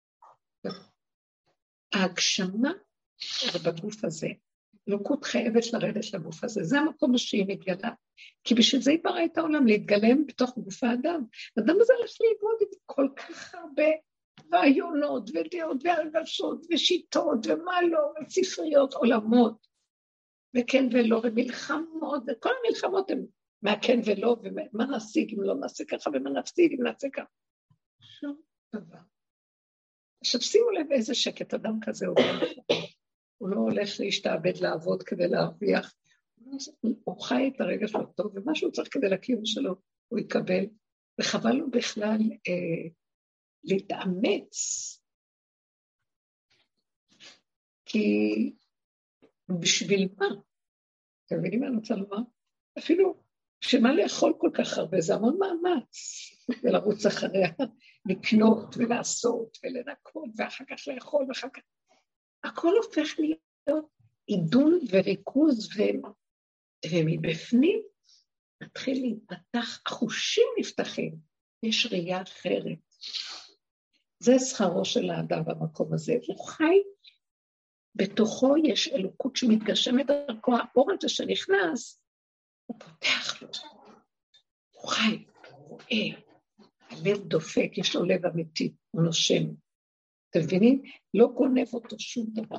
Speaker 1: ההגשמה זה בגוף הזה, אלוקות חייבת לרדת לגוף הזה, זה המקום שהיא מתגלה, כי בשביל זה היא בראה את העולם, להתגלם בתוך גוף האדם. האדם הזה הולך להתמודד עם כל כך הרבה רעיונות ודעות והרגשות ושיטות ומה לא, וספריות, עולמות, וכן ולא, ומלחמות, כל המלחמות הן מהכן ולא, ומה נשיג אם לא נעשה ככה, ומה נפסיד אם נעשה ככה. שום דבר. עכשיו שימו לב איזה שקט אדם כזה עובד. הוא לא הולך להשתעבד לעבוד כדי להרוויח, הוא חי את הרגע שלו טוב, ומה שהוא צריך כדי לקיום שלו הוא יקבל, וחבל לו בכלל להתאמץ, כי בשביל מה? אתם מבינים מה אני רוצה לומר? אפילו שמה לאכול כל כך הרבה, זה המון מאמץ, ולרוץ אחריה, לקנות ולעשות ולנקות, ואחר כך לאכול ואחר כך, הכל הופך להיות עידון וריכוז, ומבפנים מתחיל להתפתח, החושים נפתחים, יש ראייה אחרת. זה שכרו של האדם במקום הזה, הוא חי, בתוכו יש אלוקות שמתגשמת דרכו, האור הזה שנכנס, הוא פותח לו, הוא חי, הוא רואה, הלב דופק, יש לו לב אמיתי, הוא נושם. אתם מבינים? לא גונב אותו שום דבר.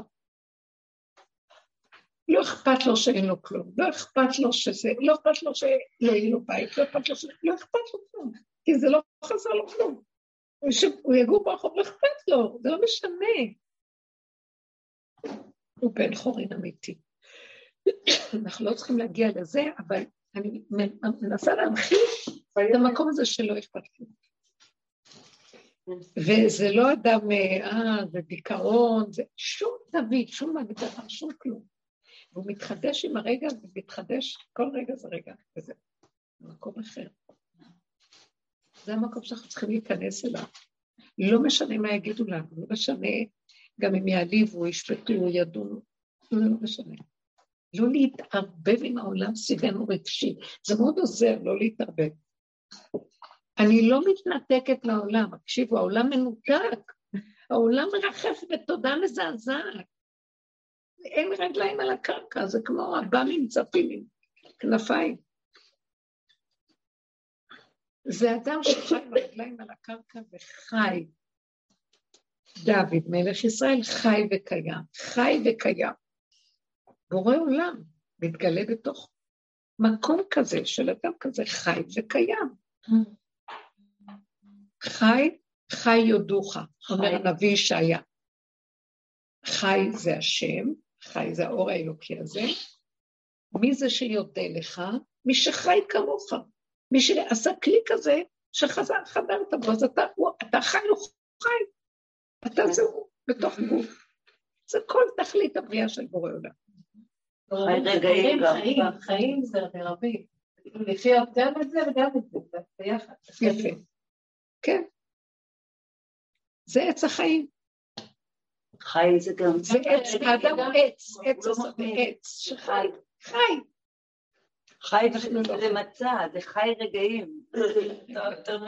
Speaker 1: לא אכפת לו שאין לו כלום, לא אכפת לו שזה, לא אכפת לו שלא יהיה לו בית, לא אכפת לו שזה, לא אכפת לו כלום, כי זה לא חזר לו כלום. הוא יגור ברחוב, לא אכפת לו, זה לא משנה. הוא בן חורין אמיתי. אנחנו לא צריכים להגיע לזה, אבל אני מנסה להמחיש את המקום הזה שלא אכפת לו. וזה לא אדם, זה דיכאון, זה שום תווית, שום הגדרה, שום כלום. והוא מתחדש עם הרגע, ומתחדש, כל רגע זה רגע, וזה מקום אחר. זה המקום שאנחנו צריכים להיכנס אליו. לא משנה מה יגידו לנו, לא משנה, גם אם יעליבו, ישפטו, ידונו, לא משנה. לא להתערבב עם העולם סביבנו רגשי, זה מאוד עוזר לא להתערבב. אני לא מתנתקת לעולם, תקשיבו, העולם מנותק, העולם מרחף בתודה מזעזעת, אין רגליים על הקרקע, זה כמו הבאמים צפילים, כנפיים. זה אדם שחי ברגליים על הקרקע וחי. דוד, מלך ישראל, חי וקיים, חי וקיים. בורא עולם, מתגלה בתוך מקום כזה, של אדם כזה חי וקיים. חי יודוך, אומר הנביא ישעיה. חי זה השם, חי זה האור האלוקי הזה. מי זה שיודה לך? מי שחי כמוך. מי שעשה כלי כזה, שחדרת בו, אז אתה חי או חי. אתה זהו, בתוך גוף. זה כל תכלית הבריאה של בורא עולם.
Speaker 2: חיים זה רבים. לפי גם את זה וגם את זה, ביחד.
Speaker 1: יפה. כן. זה עץ החיים.
Speaker 4: חי זה גם...
Speaker 1: זה עץ, האדם הוא עץ, עץ הזה, עץ, שחי, חי.
Speaker 4: חי זה מצע, זה חי רגעים. יותר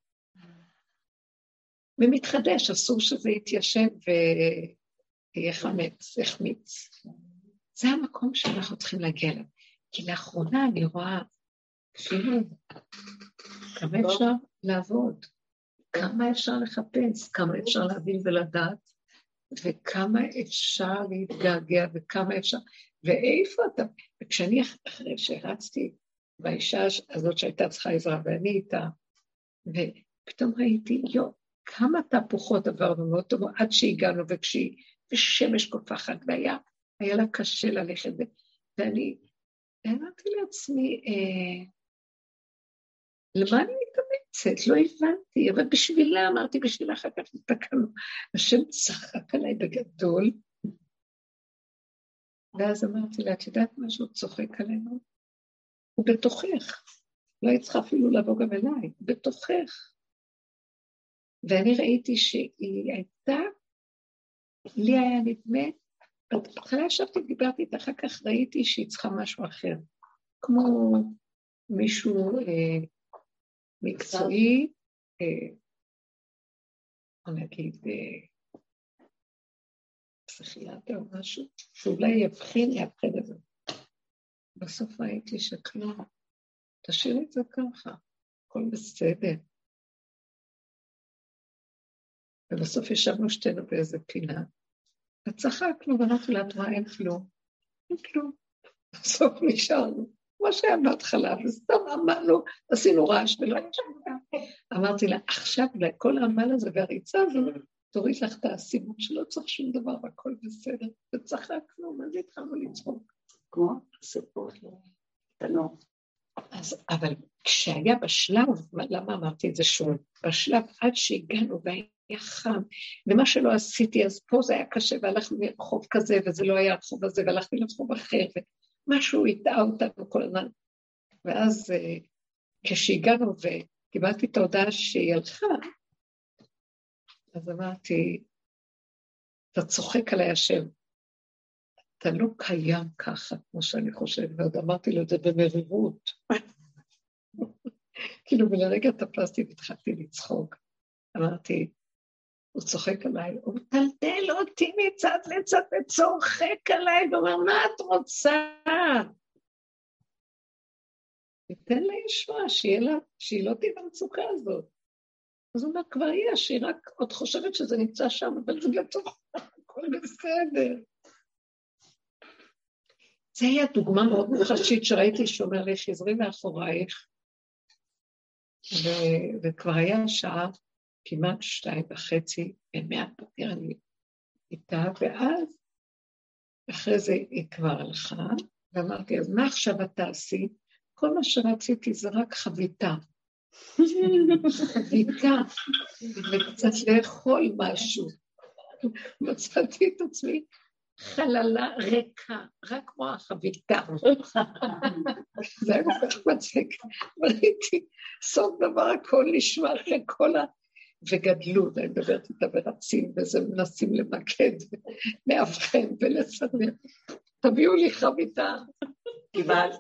Speaker 1: ומתחדש, אסור שזה יתיישן ויהיה חמץ, יחמיץ. זה המקום שאנחנו צריכים להגיע אליו. כי לאחרונה אני רואה, אפילו, כמה אפשר לעבוד, כמה אפשר לחפש, כמה אפשר להבין ולדעת, וכמה אפשר להתגעגע, וכמה אפשר, ואיפה אתה, וכשאני אחרי שרצתי באישה הזאת שהייתה צריכה עזרה, ואני איתה, ופתאום ראיתי, כמה תהפוכות עברנו מאותו, עד שהגענו, ושמש קופחת, היה לה קשה ללכת, ואני אמרתי לעצמי, למה אני מתאמצת? לא הבנתי, אבל בשבילה, אמרתי בשבילה, אחר כך נתקנו, השם צחק עליי בגדול, ואז אמרתי לה, את יודעת משהו, צוחק עלינו? הוא בתוכך, לא היית צריכה אפילו לבוא גם אליי, בתוכך. ואני ראיתי שהיא הייתה, לי היה נדמה, בהתחלה ישבתי, דיברתי איתה, אחר כך ראיתי שהיא צריכה משהו אחר, כמו מישהו מקצועי, נגיד, פסיכיאטר או משהו, שאולי יבחן את זה. בסוף הייתי שקלה, תשאיר את זה ככה, הכל בסדר. ובסוף ישבנו שתינו באיזה פינה, וצחקנו ואנחנו להתראה, אין כלום. בסוף נשארנו, כמו שהיה בהתחלה, וסתם עמלנו, עשינו רעש ולא נשארנו. אמרתי לה, עכשיו כל העמל הזה והריצה הזו, תוריד לך את הסיבות שלא צריך שום דבר, והכל בסדר. וצחקנו, אז התחלנו לצחוק.
Speaker 4: כמו סיפור תנור.
Speaker 1: אבל כשהיה בשלב, למה אמרתי את זה שוב? בשלב עד שהגענו והיה חם, ומה שלא עשיתי, אז פה זה היה קשה, והלכנו לרחוב כזה, וזה לא היה הרחוב הזה, והלכתי לרחוב אחר, ומשהו הטעה אותנו כל הזמן. ואז כשהגענו וקיבלתי את ההודעה שהיא הלכה, אז אמרתי, אתה צוחק עליי השם, אתה לא קיים ככה, כמו שאני חושבת, ועוד אמרתי לו את זה במרירות. כאילו בלרגע תפסתי והתחלתי לצחוק. אמרתי, הוא צוחק עליי, הוא מטלטל אותי מצד לצד וצוחק עליי, ואומר, מה את רוצה? ניתן לה ישועה, שהיא לא תהיה במצוקה הזאת. אז הוא אומר, כבר יש, היא רק עוד חושבת שזה נמצא שם, אבל זה בתוך, הכל בסדר. זה היה דוגמה מאוד מוחשית שראיתי שאומר לי, חזרי מאחורייך, וכבר היה שעה, כמעט 2:30, מעט בוקר אני איתה, ואז אחרי זה היא כבר הלכה, ואמרתי, אז מה עכשיו את תעשי? כל מה שרציתי זה רק חביתה. חביתה, וקצת לאכול משהו. מצאתי את עצמי חללה ריקה, רק כמו החביתה. זה היה כל כך מצחיק. וראיתי, סוף דבר הכל נשמע אחרי כל וגדלות, אני מדברת איתה ורצים, וזה מנסים למקד, מאבחן ולסדר. תביאו לי חביתה.
Speaker 4: קיבלת.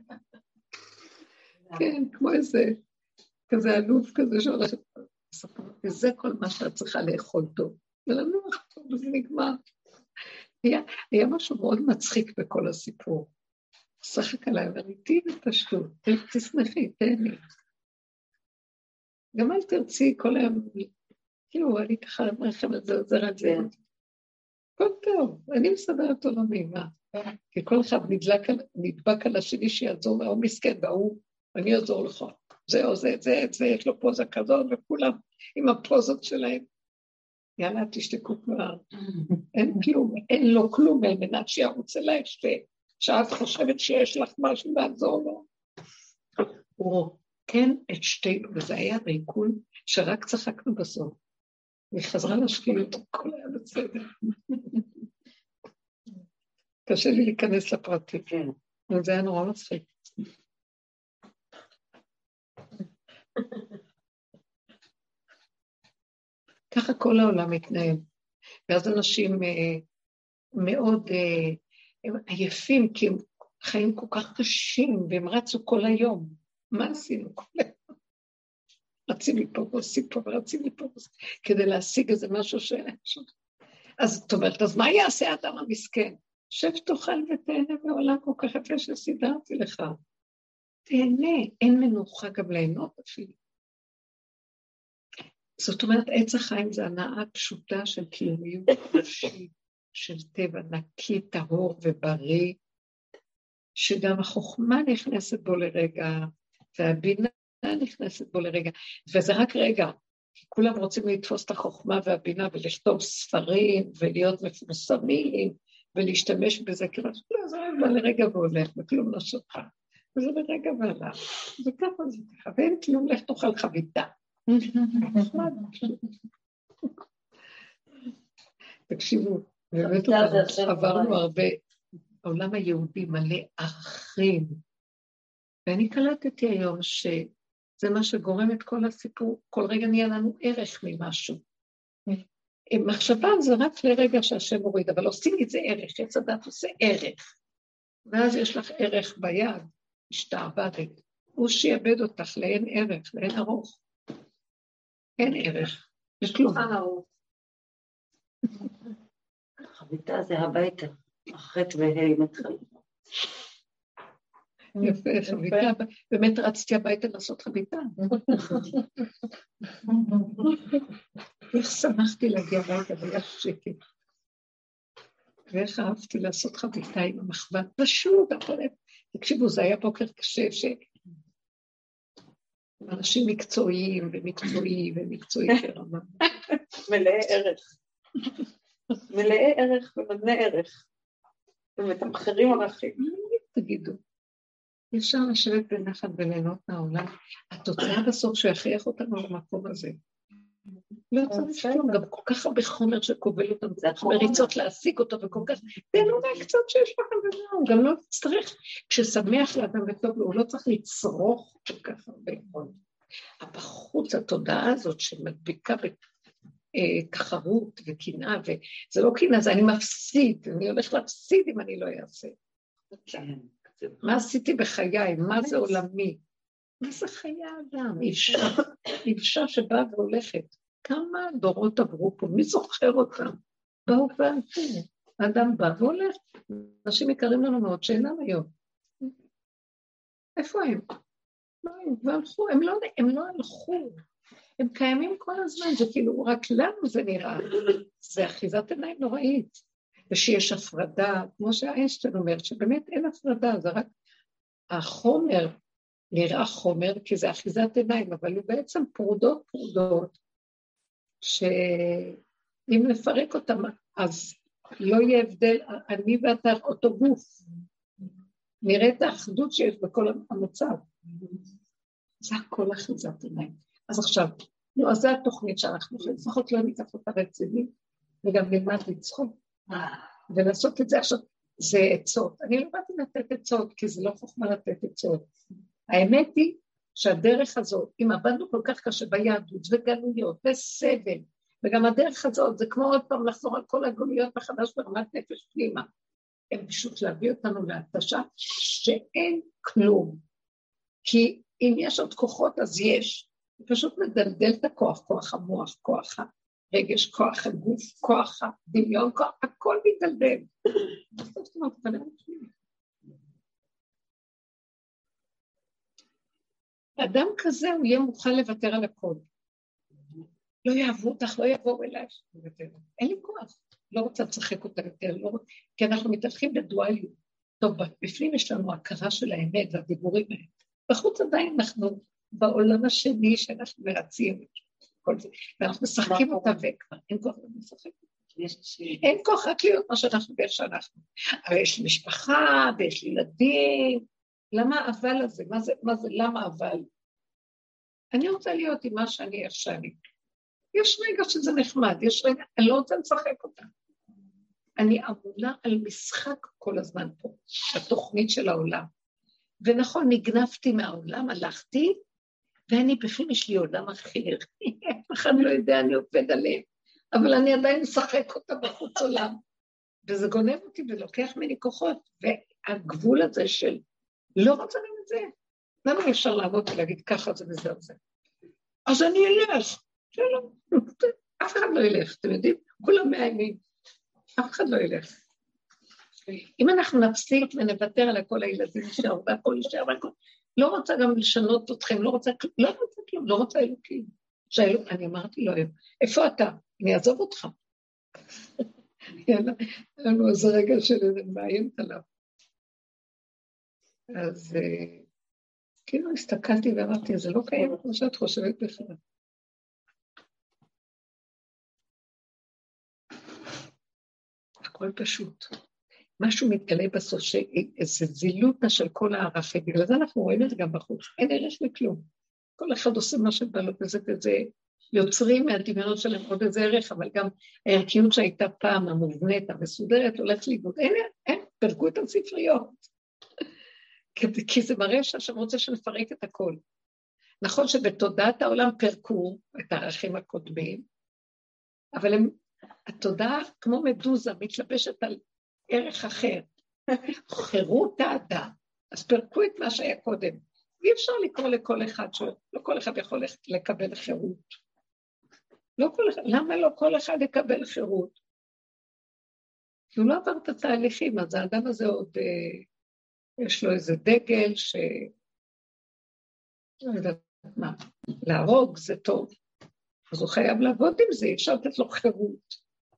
Speaker 1: כן, כמו איזה, כזה אלוף כזה שהולכת לספר, וזה כל מה שאת צריכה לאכול טוב. ולנוח טוב, וזה נגמר. היה משהו מאוד מצחיק בכל הסיפור. שחק עליי, וראיתי בפשטות, תשמחי, תהני. גם אל תרצי כל היום, כאילו, אני ככה מרחם את זה, עוזר את זה. כל טוב, אני מסדרת עולמי, מה? כי כל אחד נדבק על השני שיעזור לו, הוא מסכן, והוא, אני אעזור לך. זהו, זה, יש לו פוזה כזאת, וכולם עם הפוזות שלהם. יאללה, תשתקו כבר. אין כלום, אין לו כלום, על מנת שירוץ אלייך, שאת חושבת שיש לך משהו לעזור לו. הוא כן את שתינו, וזה היה ריקול שרק צחקנו בסוף. היא חזרה לשקילות, הכל היה בסדר. קשה לי להיכנס לפרטים.
Speaker 4: כן.
Speaker 1: וזה היה נורא מצחיק. ככה כל העולם מתנהל. ואז אנשים מאוד הם עייפים, כי הם חיים כל כך קשים, והם רצו כל היום. מה עשינו כל היום? רצים לי פה ועושים פה, ורצים לי פה ועושים, כדי להשיג איזה משהו שאין שם. אז זאת אומרת, אז מה יעשה האדם המסכן? שב תאכל ותהנה בעולם כל כך יפה שסידרתי לך. תהנה, אין מנוחה גם ליהנות אפילו. זאת אומרת, עץ החיים זה הנאה פשוטה של קיומיות נפשית, של טבע נקי, טהור ובריא, שגם החוכמה נכנסת בו לרגע, והבינה נכנסת בו לרגע, וזה רק רגע, כי כולם רוצים לתפוס את החוכמה והבינה ולכתוב ספרים ולהיות מפורסמים ולהשתמש בזה, כי לא, זה רק בא לרגע והולך, וכלום לא שותך, וזה לרגע והלך, וככה זה ככה, ואין כלום, לך תאכל חביתה. תקשיבו, באמת עברנו הרבה, העולם היהודי מלא ערכים, ואני קלטתי היום שזה מה שגורם את כל הסיפור, כל רגע נהיה לנו ערך ממשהו. מחשבה זה רק לרגע שהשם מוריד, אבל עושים את זה ערך, עץ הדת עושה ערך, ואז יש לך ערך ביד, השתעבדת, הוא שיאבד אותך לאין ערך, לאין ארוך. אין ערך, יש כלום.
Speaker 4: חביתה זה הביתה, החטא והי מתחיל.
Speaker 1: יפה, חביתה, באמת רצתי הביתה לעשות חביתה. איך שמחתי להגיע הביתה ויש שקט. ואיך אהבתי לעשות חביתה עם המחווה, פשוט, תקשיבו, זה היה בוקר קשה, אנשים מקצועיים ומקצועיים ברמה.
Speaker 4: מלאי ערך. מלאי ערך ומבני ערך. ומתמחרים ערכים.
Speaker 1: תגידו, אפשר לשבת בנחת וליהנות מהעולם, התוצאה בסוף שיכריח אותנו למקום הזה. לא צריך כלום, גם כל כך הרבה חומר שקובל אותם, מריצות להשיג אותו וכל כך, תהנו מהקצת שיש לכם וזהו, גם לא צריך, כששמח לאדם וטוב לו, הוא לא צריך לצרוך כל כך הרבה חומר. הבחוץ, התודעה הזאת שמדביקה בתחרות וקנאה, וזה לא קנאה, זה אני מפסיד, אני הולך להפסיד אם אני לא אעשה. מה עשיתי בחיי? מה זה עולמי? מה זה חיי האדם? אישה שבאה והולכת. כמה דורות עברו פה? מי זוכר אותם? באו והלכו. האדם בא והולך. אנשים יקרים לנו מאוד שאינם היום. איפה הם? לא, הם והלכו. הם לא הלכו. הם קיימים כל הזמן. זה כאילו, רק לנו זה נראה. זה אחיזת עיניים נוראית. ושיש הפרדה, כמו שאיינשטיין אומר, שבאמת אין הפרדה, זה רק החומר נראה חומר, כי זה אחיזת עיניים, אבל הוא בעצם פרודות, שאם נפרק אותם, אז לא יהיה הבדל, אני ואתה אותו גוף, נראה את האחדות שיש בכל המצב, זה הכל אחיזת עיניים. אז עכשיו, אז זה התוכנית שאנחנו חושבים, לפחות לא ניקח אותה רצינית, וגם נלמד לצחוק, ולעשות את זה עכשיו, זה עצות. אני לא באתי לתת עצות, כי זה לא חוכמה לתת עצות. האמת היא שהדרך הזאת, אם עבדנו כל כך קשה ביהדות וגלויות וסבל, וגם הדרך הזאת, זה כמו עוד פעם לחזור על כל הגלויות מחדש ברמת נפש פנימה. הם פשוט להביא אותנו להתשה שאין כלום. כי אם יש עוד כוחות, אז יש. פשוט מדלדל את הכוח, כוח המוח, כוח רגש, כוח הגוף, כוח הדמיון, הכל מתדלדל. זאת אומרת, אדם כזה הוא יהיה מוכן לוותר על הכל. לא יאהבו אותך, לא יבואו אליי. אין לי כוח, לא רוצה לצחק אותה יותר, כי אנחנו מתהלכים בדואליות. טוב, בפנים יש לנו הכרה של האמת והדיבורים האלה. בחוץ עדיין אנחנו בעולם השני שאנחנו מרצים. ואנחנו משחקים אותה וכבר, אין כוח לשחק. אין כוח רק להיות מה שאנחנו ואיך שאנחנו. אבל יש לי משפחה ויש לי ילדים. למה אבל הזה? מה זה למה אבל? אני רוצה להיות עם מה שאני איך שאני. יש רגע שזה נחמד, יש רגע, אני לא רוצה לשחק אותה. אני אמונה על משחק כל הזמן פה, בתוכנית של העולם. ונכון, נגנבתי מהעולם, הלכתי, ואני בפנים יש לי עולם אחר. אף אחד לא יודע, אני עובד עליהם. אבל אני עדיין משחק אותה בחוץ עולם. וזה גונב אותי ולוקח ממני כוחות. והגבול הזה של לא רוצה להם את זה. למה אפשר לעבוד ולהגיד ככה זה וזה וזה? אז אני אלך. שלום. אף אחד לא ילך, אתם יודעים? כולם מאיימים. אף אחד לא ילך. אם אנחנו נפסיק ונוותר על הכל הילדים נשאר, והכל נשאר, והכל... לא רוצה גם לשנות אתכם, לא רוצה כלום, לא רוצה אלוקים. אני אמרתי לו, איפה אתה? אני אעזוב אותך. לנו איזה רגע של מאיימת עליו. אז כאילו הסתכלתי ואמרתי, זה לא קיים כמו שאת חושבת בכלל. הכל פשוט. משהו מתגלה בסוף, איזו זילותה של כל הערכים, בגלל זה אנחנו רואים את זה גם בחוץ, אין ערך לכלום. כל אחד עושה מה שבא לו בזה, יוצרים מהדמיונות שלהם עוד איזה ערך, אבל גם הערכיות שהייתה פעם המובנית, המסודרת, הולכת לאיבוד. אין, פרקו את הספריות. כי זה מראה שהשם רוצה שנפרק את הכל. נכון שבתודעת העולם פרקו את הערכים הקודמים, אבל התודעה כמו מדוזה מתלבשת על ערך אחר, חירות האדם, אז פרקו את מה שהיה קודם. אי אפשר לקרוא לכל אחד, לא כל אחד יכול לקבל חירות. למה לא כל אחד יקבל חירות? כי הוא לא עבר את התהליכים, אז האדם הזה עוד, יש לו איזה דגל לא יודעת מה, להרוג זה טוב. אז הוא חייב לעבוד עם זה, אפשר לתת לו חירות.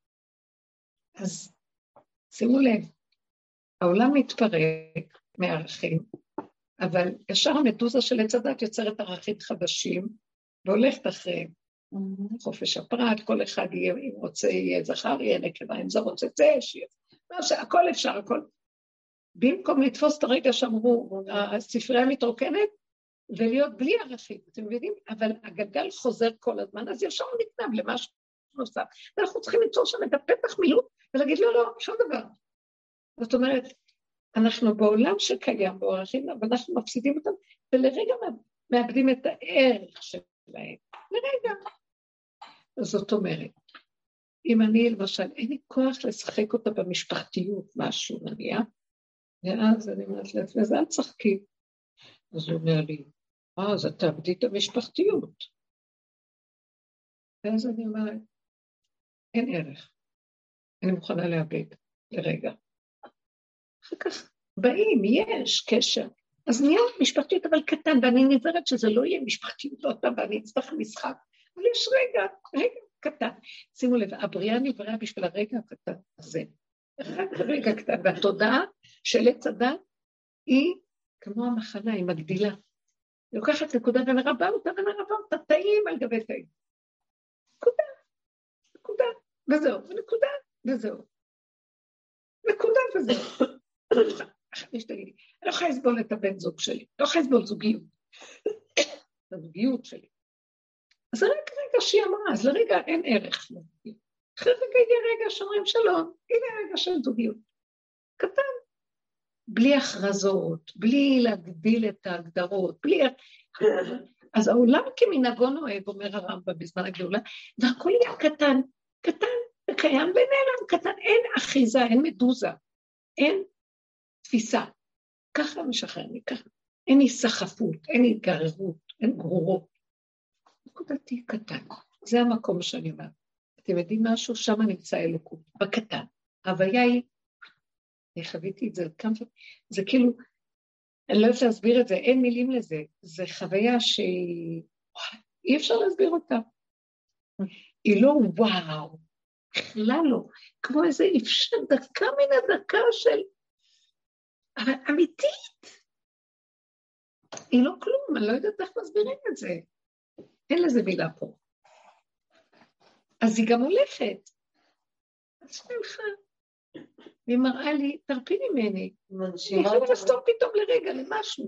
Speaker 1: אז שימו לב, העולם מתפרק מערכים, אבל ישר המדוזה של עץ הדת יוצרת ערכים חדשים, והולכת אחריהם. חופש הפרט, כל אחד יהיה, אם רוצה יהיה זכר, יהיה נקבה, אם זה רוצה זה, שיהיה. הכל אפשר, הכל. במקום לתפוס את הרגע שאמרו, הספרייה מתרוקנת, ולהיות בלי ערכים, אתם מבינים? אבל הגלגל חוזר כל הזמן, אז ישר נתנב למשהו נוסף. ואנחנו צריכים ליצור שם את הפתח מילוט, ולהגיד לו, לא, שום דבר. זאת אומרת, אנחנו בעולם שקיים בו ערכים, אבל אנחנו מפסידים אותם, ולרגע מאבדים את הערך שלהם. לרגע. זאת אומרת, אם אני למשל, אין לי כוח לשחק אותה במשפחתיות, משהו נניח, ואז אני אומרת לעצמי, אז אל תשחקי. אז הוא אומר לי, אז את תאבדי את המשפחתיות. ואז אני אומרת, אין ערך. אני מוכנה לאבד לרגע. אחר כך באים, יש קשר. אז נהיה משפחתיות, אבל קטן, ואני נזרת שזה לא יהיה משפחתיות אותה, ואני אצטרך משחק. אבל יש רגע קטן. שימו לב, הבריאה נבראה בשביל הרגע הקטן הזה. רק רגע קטן, והתודעה של עץ הדת היא כמו המחלה, היא מגדילה. היא לוקחת נקודה ומרבה אותה, תאים על גבי תאים. נקודה, וזהו, נקודה, וזהו. נקודה, וזהו. אני לא יכולה לסבול את הבן זוג שלי, לא יכולה לסבול זוגיות. הזוגיות שלי. אז זה רק רגע שהיא אמרה, אז לרגע אין ערך לזוגיות. אחרי רגע יהיה רגע שאומרים שלום, הנה רגע של זוגיות. קטן. בלי הכרזות, בלי להגדיל את ההגדרות, בלי... אז העולם כמנהגו נוהג, אומר הרמב"ם בזמן הגאולה, והכל יהיה קטן, קטן, וקיים ונעלם, קטן, אין אחיזה, אין מדוזה, אין תפיסה. ככה משחררני, ככה. אין היסחפות, אין התגררות, אין גרורות. נקודתי קטן, זה המקום שאני אומר. אתם יודעים משהו? שם נמצא אלוקות, בקטן. ההוויה היא, אני חוויתי את זה, זה כאילו, אני לא יודעת להסביר את זה, אין מילים לזה, זה חוויה שאי אפשר להסביר אותה. היא לא וואו, בכלל לא, כמו איזה אפשר דקה מן הדקה של אמיתית. היא לא כלום, אני לא יודעת איך מסבירים את זה. אין לזה מילה פה. אז היא גם הולכת. אז שלך. והיא מראה לי, תרפי ממני. אני יכולה לסתום פתאום לרגע, למשהו.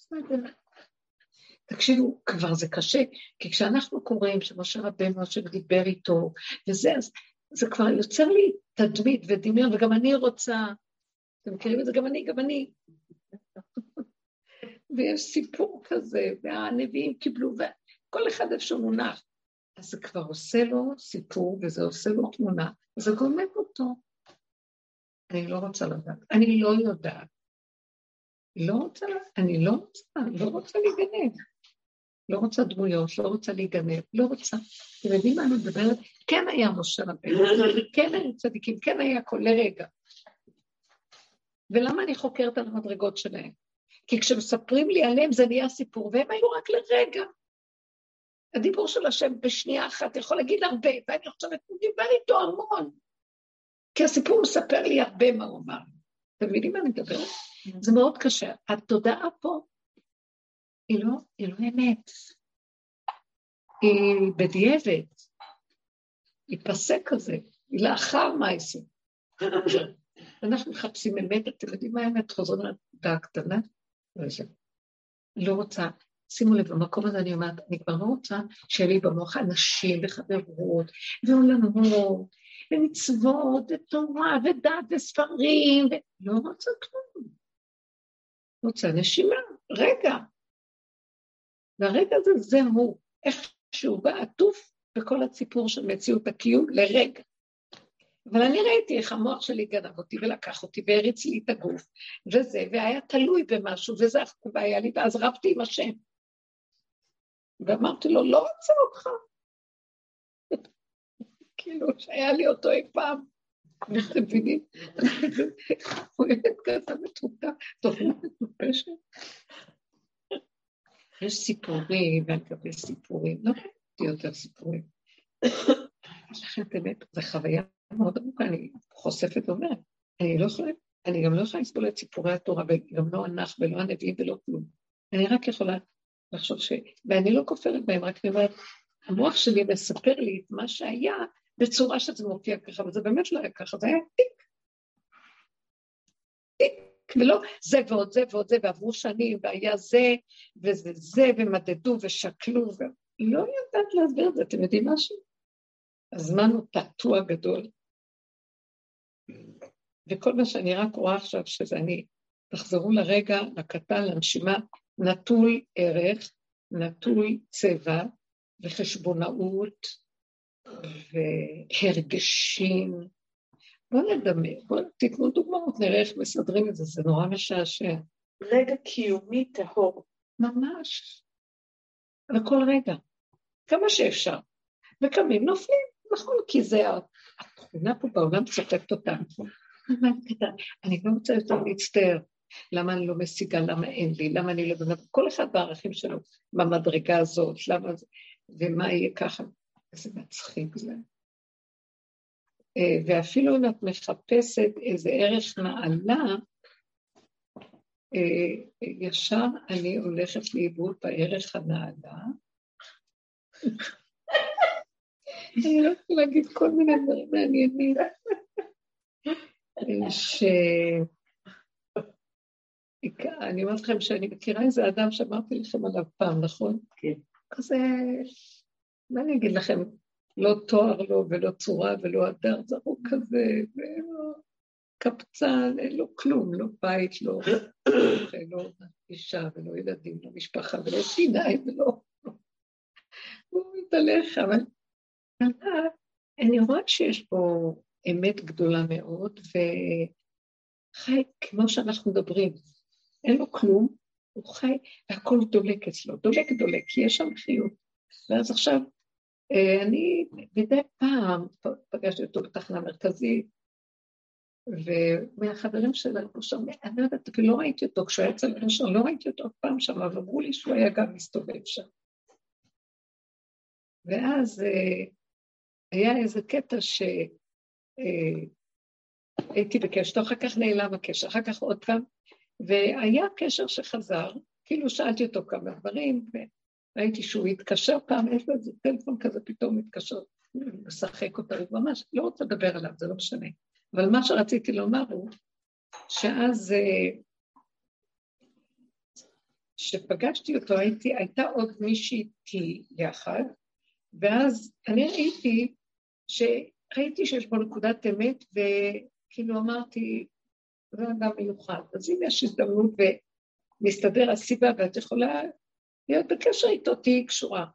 Speaker 1: תקשיבו, כבר זה קשה, כי כשאנחנו קוראים שמשה רבנו שדיבר איתו, וזה, אז זה כבר יוצר לי תדמית ודמיון, וגם אני רוצה, אתם מכירים את זה? גם אני. ויש סיפור כזה, והנביאים קיבלו, וכל אחד איפשהו מונח. אז זה כבר עושה לו סיפור, וזה עושה לו תמונה, וזה גומק אותו. אני לא רוצה לדעת, אני לא יודעת. אני לא רוצה להיגנב. לא רוצה דמויות, לא רוצה להיגנב, לא רוצה. אתם יודעים מה אני מדברת? כן היה משה רבנו, כן היו צדיקים, כן היה כל לרגע. ולמה אני חוקרת על המדרגות שלהם? כי כשמספרים לי עליהם זה נהיה סיפור, והם היו רק לרגע. הדיבור של השם בשנייה אחת יכול להגיד הרבה, ואני חושבת, הוא דיבר איתו המון. כי הסיפור מספר לי הרבה מה הוא אמר. אתם מבינים מה אני מדברת? זה מאוד קשה. התודעה פה היא לא אמת. היא בדיעבד. היא פסק כזה. היא לאחר מעשה. אנחנו מחפשים אמת, אתם יודעים מה האמת? חוזרים לדעה קטנה? לא רוצה. שימו לב, במקום הזה אני אומרת, אני כבר לא רוצה שיהיה לי במוח אנשים וחברות ועולמות ומצוות ותורה ודעת וספרים לא רוצה כלום. רוצה נשימה, רגע. והרגע הזה זהו, איך שהוא בא עטוף בכל הציפור של מציאות הקיום לרגע. אבל אני ראיתי איך המוח שלי גנב אותי ולקח אותי והריץ לי את הגוף וזה, והיה תלוי במשהו וזה היה לי, ואז רבתי עם השם. ואמרתי לו, לא רוצה אותך. כאילו שהיה לי אותו אי פעם. אתם מבינים? הוא ילד כזה מטומטם, תוכנית מטופשת. יש סיפורים, ועל גבי סיפורים, לא ראיתי יותר סיפורים. יש לכם באמת, זו חוויה מאוד עמוקה, אני חושפת ואומרת, אני גם לא יכולה לסבול את סיפורי התורה, וגם לא הנח ולא הנביאים ולא כלום. אני רק יכולה לחשוב ואני לא כופרת בהם, רק אני אומרת, המוח שלי מספר לי את מה שהיה, בצורה שזה מופיע ככה, וזה באמת לא היה ככה, זה היה טיק. ולא זה ועוד זה ועוד זה, ועברו שנים, והיה זה, וזה זה, ומדדו ושקלו, ולא יודעת להסביר את זה, אתם יודעים משהו? הזמן הוא תעתוע גדול, וכל מה שאני רק רואה עכשיו, שזה אני, תחזרו לרגע, לקטן, לנשימה, נטול ערך, נטול צבע, וחשבונאות, והרגשים, בואו נדמה, בואו תתנו דוגמאות, נראה איך מסדרים את זה, זה נורא משעשע.
Speaker 4: רגע קיומי טהור.
Speaker 1: ממש. על כל רגע. כמה שאפשר. וקמים נופלים, נכון, כי זה התכונה פה בעולם צוחקת אותם. אני לא רוצה יותר להצטער. למה אני לא משיגה, למה אין לי, למה אני לא... כל אחד בערכים שלו, במדרגה הזאת, למה זה, ומה יהיה ככה. זה מצחיק זה. ואפילו אם את מחפשת איזה ערך מעלה, ישר אני הולכת לאיבוד בערך הנעלה. אני לא יכולה להגיד כל מיני דברים מעניינים. אני אומרת לכם שאני מכירה איזה אדם שאמרתי לכם עליו פעם, נכון?
Speaker 4: כן.
Speaker 1: כזה, מה אני אגיד לכם? לא תואר לו ולא צורה ולא הדר, זה הוא כזה, ולא קפצן, אין לו כלום, לא בית, לא אישה ולא ילדים, לא משפחה ולא שיניים ולא... הוא מתהלך, אבל אני רואה שיש פה אמת גדולה מאוד, וחי כמו שאנחנו מדברים, אין לו כלום, הוא חי, והכל דולק אצלו, דולק, כי יש שם חיות. ואז עכשיו, אני מדי פעם פגשתי אותו בתחנה מרכזית, ומהחברים שלנו שם, אני לא יודעת, ולא ראיתי אותו, כשהוא היה אצל ראשון, לא ראיתי אותו פעם שם, אבל אמרו לי שהוא היה גם מסתובב שם. ואז היה איזה קטע שהייתי בקשר, אחר כך נעלם הקשר, אחר כך עוד פעם, והיה קשר שחזר, כאילו שאלתי אותו כמה דברים, וראיתי שהוא התקשר פעם, יש לו איזה טלפון כזה, פתאום מתקשר, משחק אותה, הוא ממש לא רוצה לדבר עליו, זה לא משנה. אבל מה שרציתי לומר הוא, שאז, שפגשתי אותו, הייתה עוד מישהי איתי יחד, ואז אני ראיתי שיש בו נקודת אמת, וכאילו אמרתי, זה אדם מיוחד, אז אם יש הזדמנות ומסתדר הסיבה, ואת יכולה להיות בקשר איתו, תהי קשורה.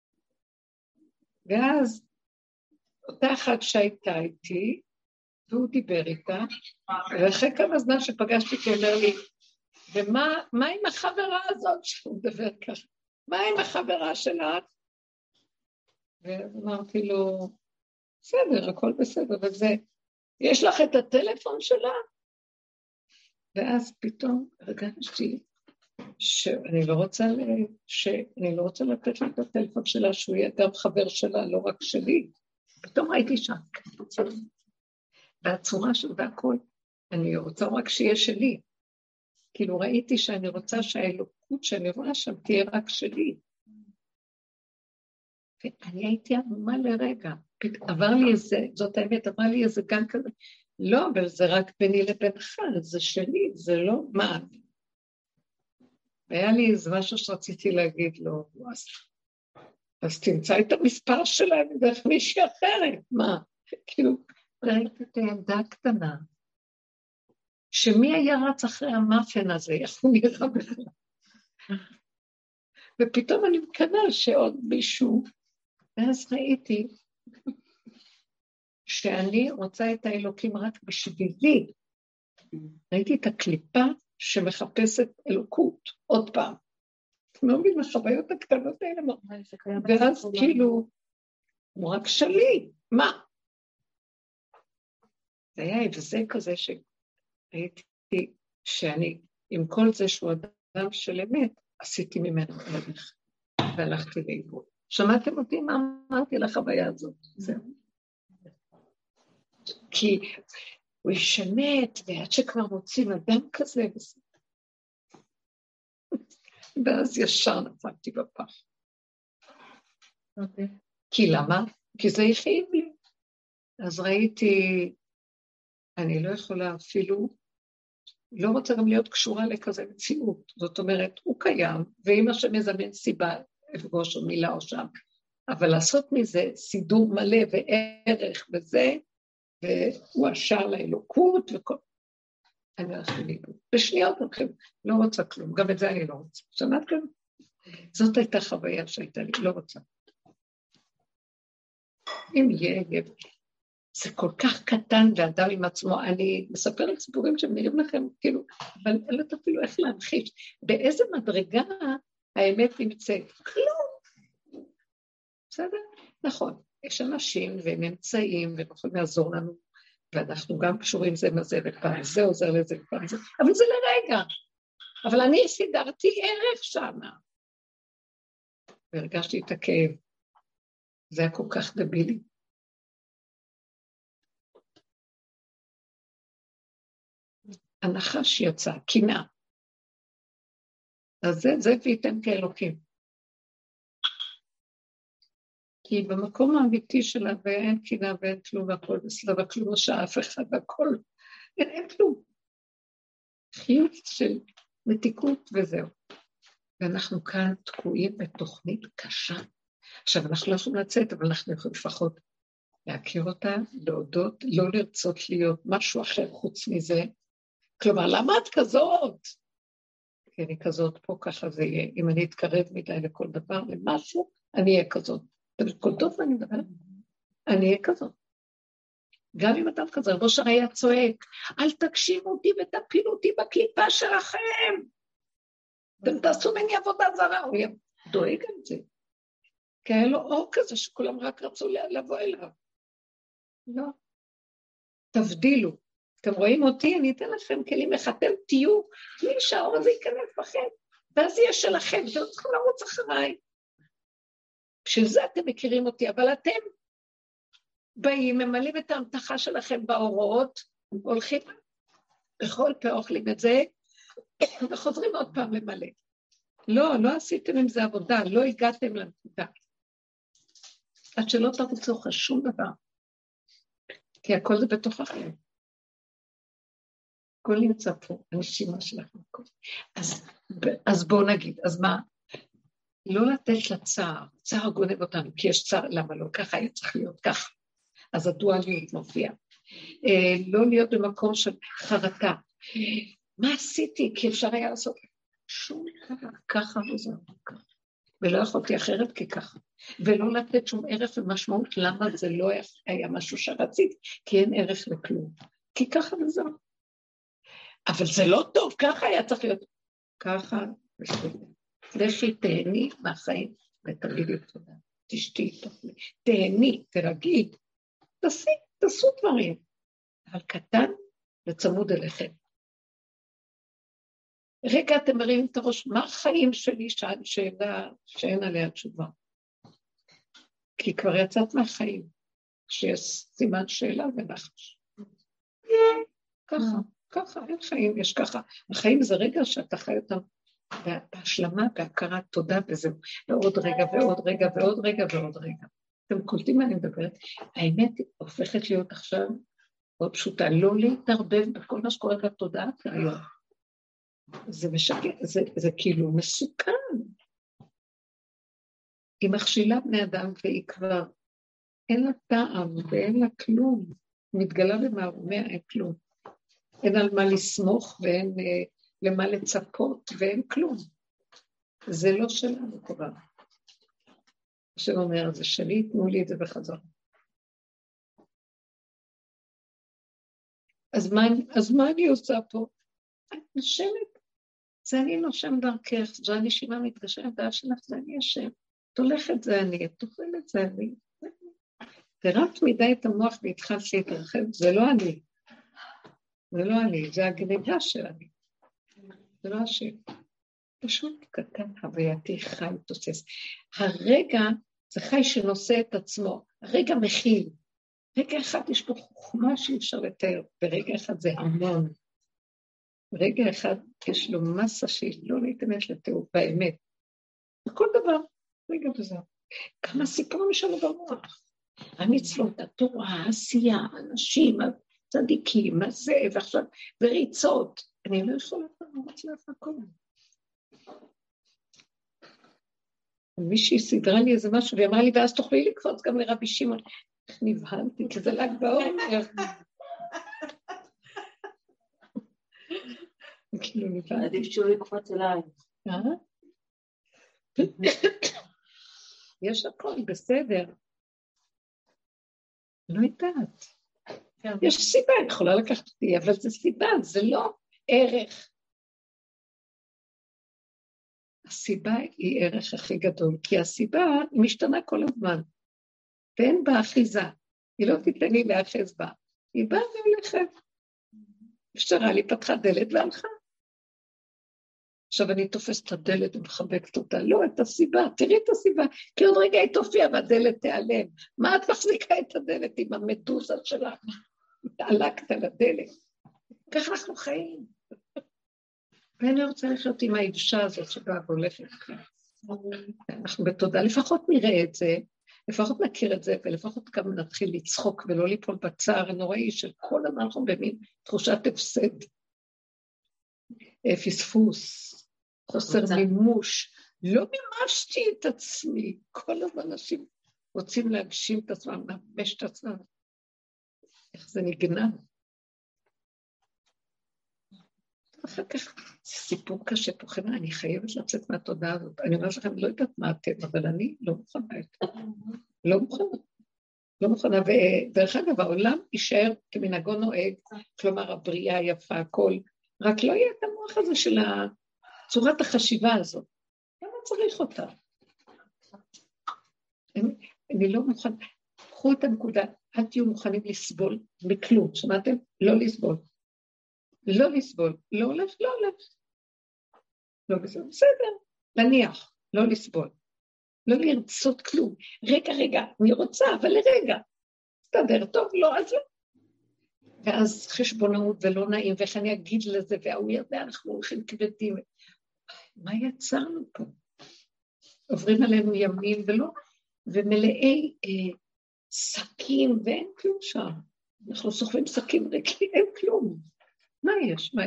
Speaker 1: ואז אותה אחת שהייתה איתי, והוא דיבר איתה, ואחרי כמה זמן שפגשתי, הוא אומר לי, ומה עם החברה הזאת שהוא מדבר ככה? מה עם החברה שלך? ואמרתי לו, בסדר, הכל בסדר, וזה, יש לך את הטלפון שלה? ואז פתאום הרגשתי שאני לא רוצה לתת לה את הטלפון שלה, שהוא יהיה גם חבר שלה, לא רק שלי. פתאום ראיתי שם, והצורה שלו והכל, אני רוצה רק שיהיה שלי. כאילו ראיתי שאני רוצה שהאלוקות שאני רואה שם תהיה רק שלי. ואני הייתי עמומה לרגע, עבר לי איזה, זאת האמת, עבר לי איזה גן כזה, לא, אבל זה רק ביני לבינך, זה שלי, זה לא מה. והיה לי איזה משהו שרציתי להגיד לו, אז תמצא את המספר שלהם דרך מישהי אחרת, מה? כאילו, ראיתי את הילדה הקטנה, שמי היה רץ אחרי המאפן הזה, איך הוא נראה בכלל. ופתאום אני מקנה שעוד מישהו, ואז ראיתי שאני רוצה את האלוקים רק בשבילי. ראיתי את הקליפה שמחפשת אלוקות, עוד פעם. אתם לא מבינים, החוויות הקטנות האלה, ואז כאילו, הוא רק שלי, מה? זה היה הבזה כזה שהייתי, שאני, עם כל זה שהוא אדם של אמת, עשיתי ממנו ערך, והלכתי לאיבוד. שמעתם אותי מה אמרתי לחוויה הזאת? זהו. כי הוא ישמט, ועד שכבר מוצאים אדם כזה, ואז ישר נפלתי בפח. כי למה? כי זה הכאיב לי. אז ראיתי, אני לא יכולה אפילו, לא רוצה גם להיות קשורה לכזה מציאות. זאת אומרת, הוא קיים, ואם השם מזמן סיבה, לפגוש או מילה או שם, אבל לעשות מזה סידור מלא וערך וזה, והוא השאר לאלוקות וכל... אני הולכת לאיבוד. בשניות הולכים, לא רוצה כלום, גם את זה אני לא רוצה. שמעתם? זאת הייתה חוויה שהייתה לי, לא רוצה. אם יהיה, זה כל כך קטן לאדם עם עצמו, אני מספרת סיפורים שהם נראים לכם, כאילו, אבל אין לו אפילו איך להמחיש. באיזה מדרגה האמת נמצאת? כלום. בסדר? נכון, יש אנשים והם נמצאים והם יכולים לעזור לנו, ואנחנו גם קשורים זה מזה ופעם זה עוזר לזה ופעם זה, אבל זה לרגע. אבל אני סידרתי ערך שם. והרגשתי את הכאב. זה היה כל כך דבילי. הנחש יצא, קינה. אז זה וייתן כאלוקים. כי במקום האמיתי שלה, ואין קינה ואין כלום, והכל בסדר, וכלום לא שאף אחד, והכל, אין כלום. חיות של מתיקות וזהו. ואנחנו כאן תקועים בתוכנית קשה. עכשיו, אנחנו לא יכולים לצאת, אבל אנחנו יכולים לפחות להכיר אותה, להודות, לא לרצות להיות משהו אחר חוץ מזה. כלומר, למה את כזאת? כי אני כזאת פה, ככה זה יהיה. אם אני אתקרב מדי לכל דבר, למשהו, אני אהיה כזאת. כל טוב אני מדברת, אני אהיה כזאת. גם אם אדם כזה, ראש היה צועק, אל תגשימו אותי ותפילו אותי בקליפה שלכם. אתם תעשו ממני עבודה זרה, הוא יהיה דואג על זה. כי היה לו אור כזה שכולם רק רצו לבוא אליו. לא. תבדילו. אתם רואים אותי, אני אתן לכם כלים איך אתם תהיו, מי שהאור הזה ייכנס בכם, ואז יהיה שלכם, אתם צריכים לרוץ אחריי. בשביל זה אתם מכירים אותי, אבל אתם באים, ממלאים את ההמתחה שלכם באורות, הולכים בכל פה אוכלים את זה, וחוזרים עוד פעם למלא. לא עשיתם עם זה עבודה, לא הגעתם לנקודה. עד שלא תרוצו לך שום דבר, כי הכל זה בתוך אחר. הכל נמצא פה, הנשימה שלכם. אז בואו נגיד, אז מה? לא לתת לצער, צער גונב אותנו, כי יש צער, למה לא? ככה היה צריך להיות ככה. אז הדואליות מופיעה. לא להיות במקום של חרטה. מה עשיתי? כי אפשר היה לעשות שום דבר, ככה וזהו, ככה. ולא יכולתי אחרת כי ככה. ולא לתת שום ערך ומשמעות, למה זה לא היה משהו שרציתי, כי אין ערך לכלום. כי ככה וזהו. אבל זה לא טוב, ככה היה צריך להיות. ככה ושתהיה. לכי תהני מהחיים, ותגידי תודה, תשתי, תהני, תרגעי, תעשו דברים, אבל קטן וצמוד אליכם. רגע אתם מראים את הראש, מה החיים שלי שאין עליה תשובה? כי כבר יצאת מהחיים, שיש סימן שאלה ונחש. ככה, אין חיים, יש ככה. החיים זה רגע שאתה חי אותם, בהשלמה, בהכרת תודה וזהו, ועוד רגע ועוד רגע ועוד רגע ועוד רגע. אתם קולטים מה אני מדברת? האמת הופכת להיות עכשיו מאוד פשוטה, לא להתערבב בכל מה שקורה בתודעה היום. זה משקר, זה כאילו מסוכן. היא מכשילה בני אדם והיא כבר אין לה טעם ואין לה כלום, מתגלה במערומיה אין כלום. אין על מה לסמוך ואין למה לצפות ואין כלום. זה לא שלנו כבר. השם אומר, זה שלי, תנו לי את זה בחזרה. אז מה אני עושה פה? את נושמת. זה אני נושם דרכך, זו הנשימה מתגשמת, דעת שלך זה אני השם. את הולכת זה אני, את אוכלת זה אני. תרמת מדי את המוח והתחלת להתרחב, זה לא אני. זה לא אני, זה הגניבה של אני. זה לא השם. פשוט קטן, הווייתי, חי, תוסס. הרגע זה חי שנושא את עצמו, הרגע מכיל. רגע אחד יש פה חוכמה שאי אפשר לתאר, ברגע אחד זה המון. ברגע אחד יש לו מסה שהיא לא ניתנת לתיאור באמת. בכל דבר, רגע וזה. כמה סיפורים יש לנו במוח. המצוות, התורה, העשייה, האנשים, הצדיקים, הזה, ועכשיו, וריצות. אני לא יכולה להצליח הכל. מישהי סדרה לי איזה משהו, והיא אמרה לי, ואז תוכלי לקפוץ גם לרבי שמעון. איך נבהלתי, כי זה ל"ג בעומר. כאילו נבהלתי.
Speaker 4: עדיף שהוא יקפוץ אליי.
Speaker 1: יש הכל, בסדר. לא יודעת. יש סיבה, אני יכולה לקחת אותי, אבל זה סיבה, זה לא ערך. הסיבה היא ערך הכי גדול, כי הסיבה משתנה כל הזמן, ואין בה אחיזה, היא לא תיתן לי לאחז בה, היא באה והולכת, אפשרה לי, פתחה דלת והלכה. עכשיו אני תופסת את הדלת ומחבקת אותה, לא את הסיבה, תראי את הסיבה, כי עוד רגע היא תופיע והדלת תיעלם, מה את מחזיקה את הדלת עם המדוזה שלך? התעלקת על הדלת, כך אנחנו חיים. ואני רוצה לחיות עם האישה הזאת שבאה והולכת כאן. אנחנו בתודה, לפחות נראה את זה, לפחות נכיר את זה, ולפחות גם נתחיל לצחוק ולא ליפול בצער הנוראי של כל הזמן אנחנו במין תחושת הפסד, פספוס, חוסר מימוש, לא מימשתי את עצמי, כל הזמן אנשים רוצים להגשים את עצמם, לממש את עצמם, איך זה נגנב. אחר כך סיפור קשה פה, חבר'ה, אני חייבת לצאת מהתודעה הזאת, אני אומרת לכם, לא יודעת מה אתם, אבל אני לא מוכנה יותר, לא מוכנה, ודרך אגב, העולם יישאר כמנהגו נוהג, כלומר, הבריאה היפה, הכל, רק לא יהיה את המוח הזה של צורת החשיבה הזאת, למה צריך אותה? אני לא מוכנה, קחו את הנקודה, אל תהיו מוכנים לסבול בכלום, שמעתם? לא לסבול. לא לסבול, לא הולך, לא הולך. לא בסדר, בסדר, נניח, לא לסבול. לא לרצות כלום. רגע, אני רוצה, אבל לרגע. תסתדר, טוב, לא, אז לא. ואז חשבונאות ולא נעים, ואיך אני אגיד לזה, והוא ידע, אנחנו הולכים כבדים. מה יצרנו פה? עוברים עלינו ימים ולא, ומלאי שקים, ואין כלום שם. אנחנו סוחבים שקים ריקים, אין כלום. מה יש?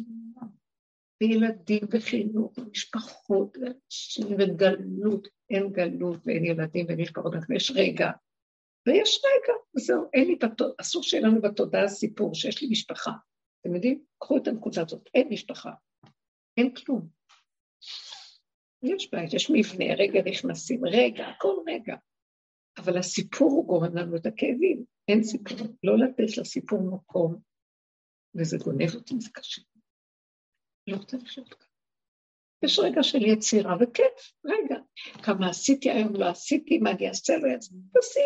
Speaker 1: וילדים וחינוך, ומשפחות, וגלות, אין גלות ואין ילדים ואין משפחות, יש רגע, ויש רגע, וזהו, אין לי אסור שיהיה לנו בתודעה סיפור שיש לי משפחה, אתם יודעים? קחו את הנקודה הזאת, אין משפחה, אין כלום. יש בית, יש מבנה, רגע נכנסים, רגע, כל רגע, אבל הסיפור הוא גורם לנו את הכאבים, אין סיפור, לא לתת לסיפור מקום, וזה גונב אותי, זה קשה. לא רוצה לחיות כאן. יש רגע של יצירה וכיף, רגע. כמה עשיתי היום, לא עשיתי, מה אני אעשה, לא יעשה, תעשי.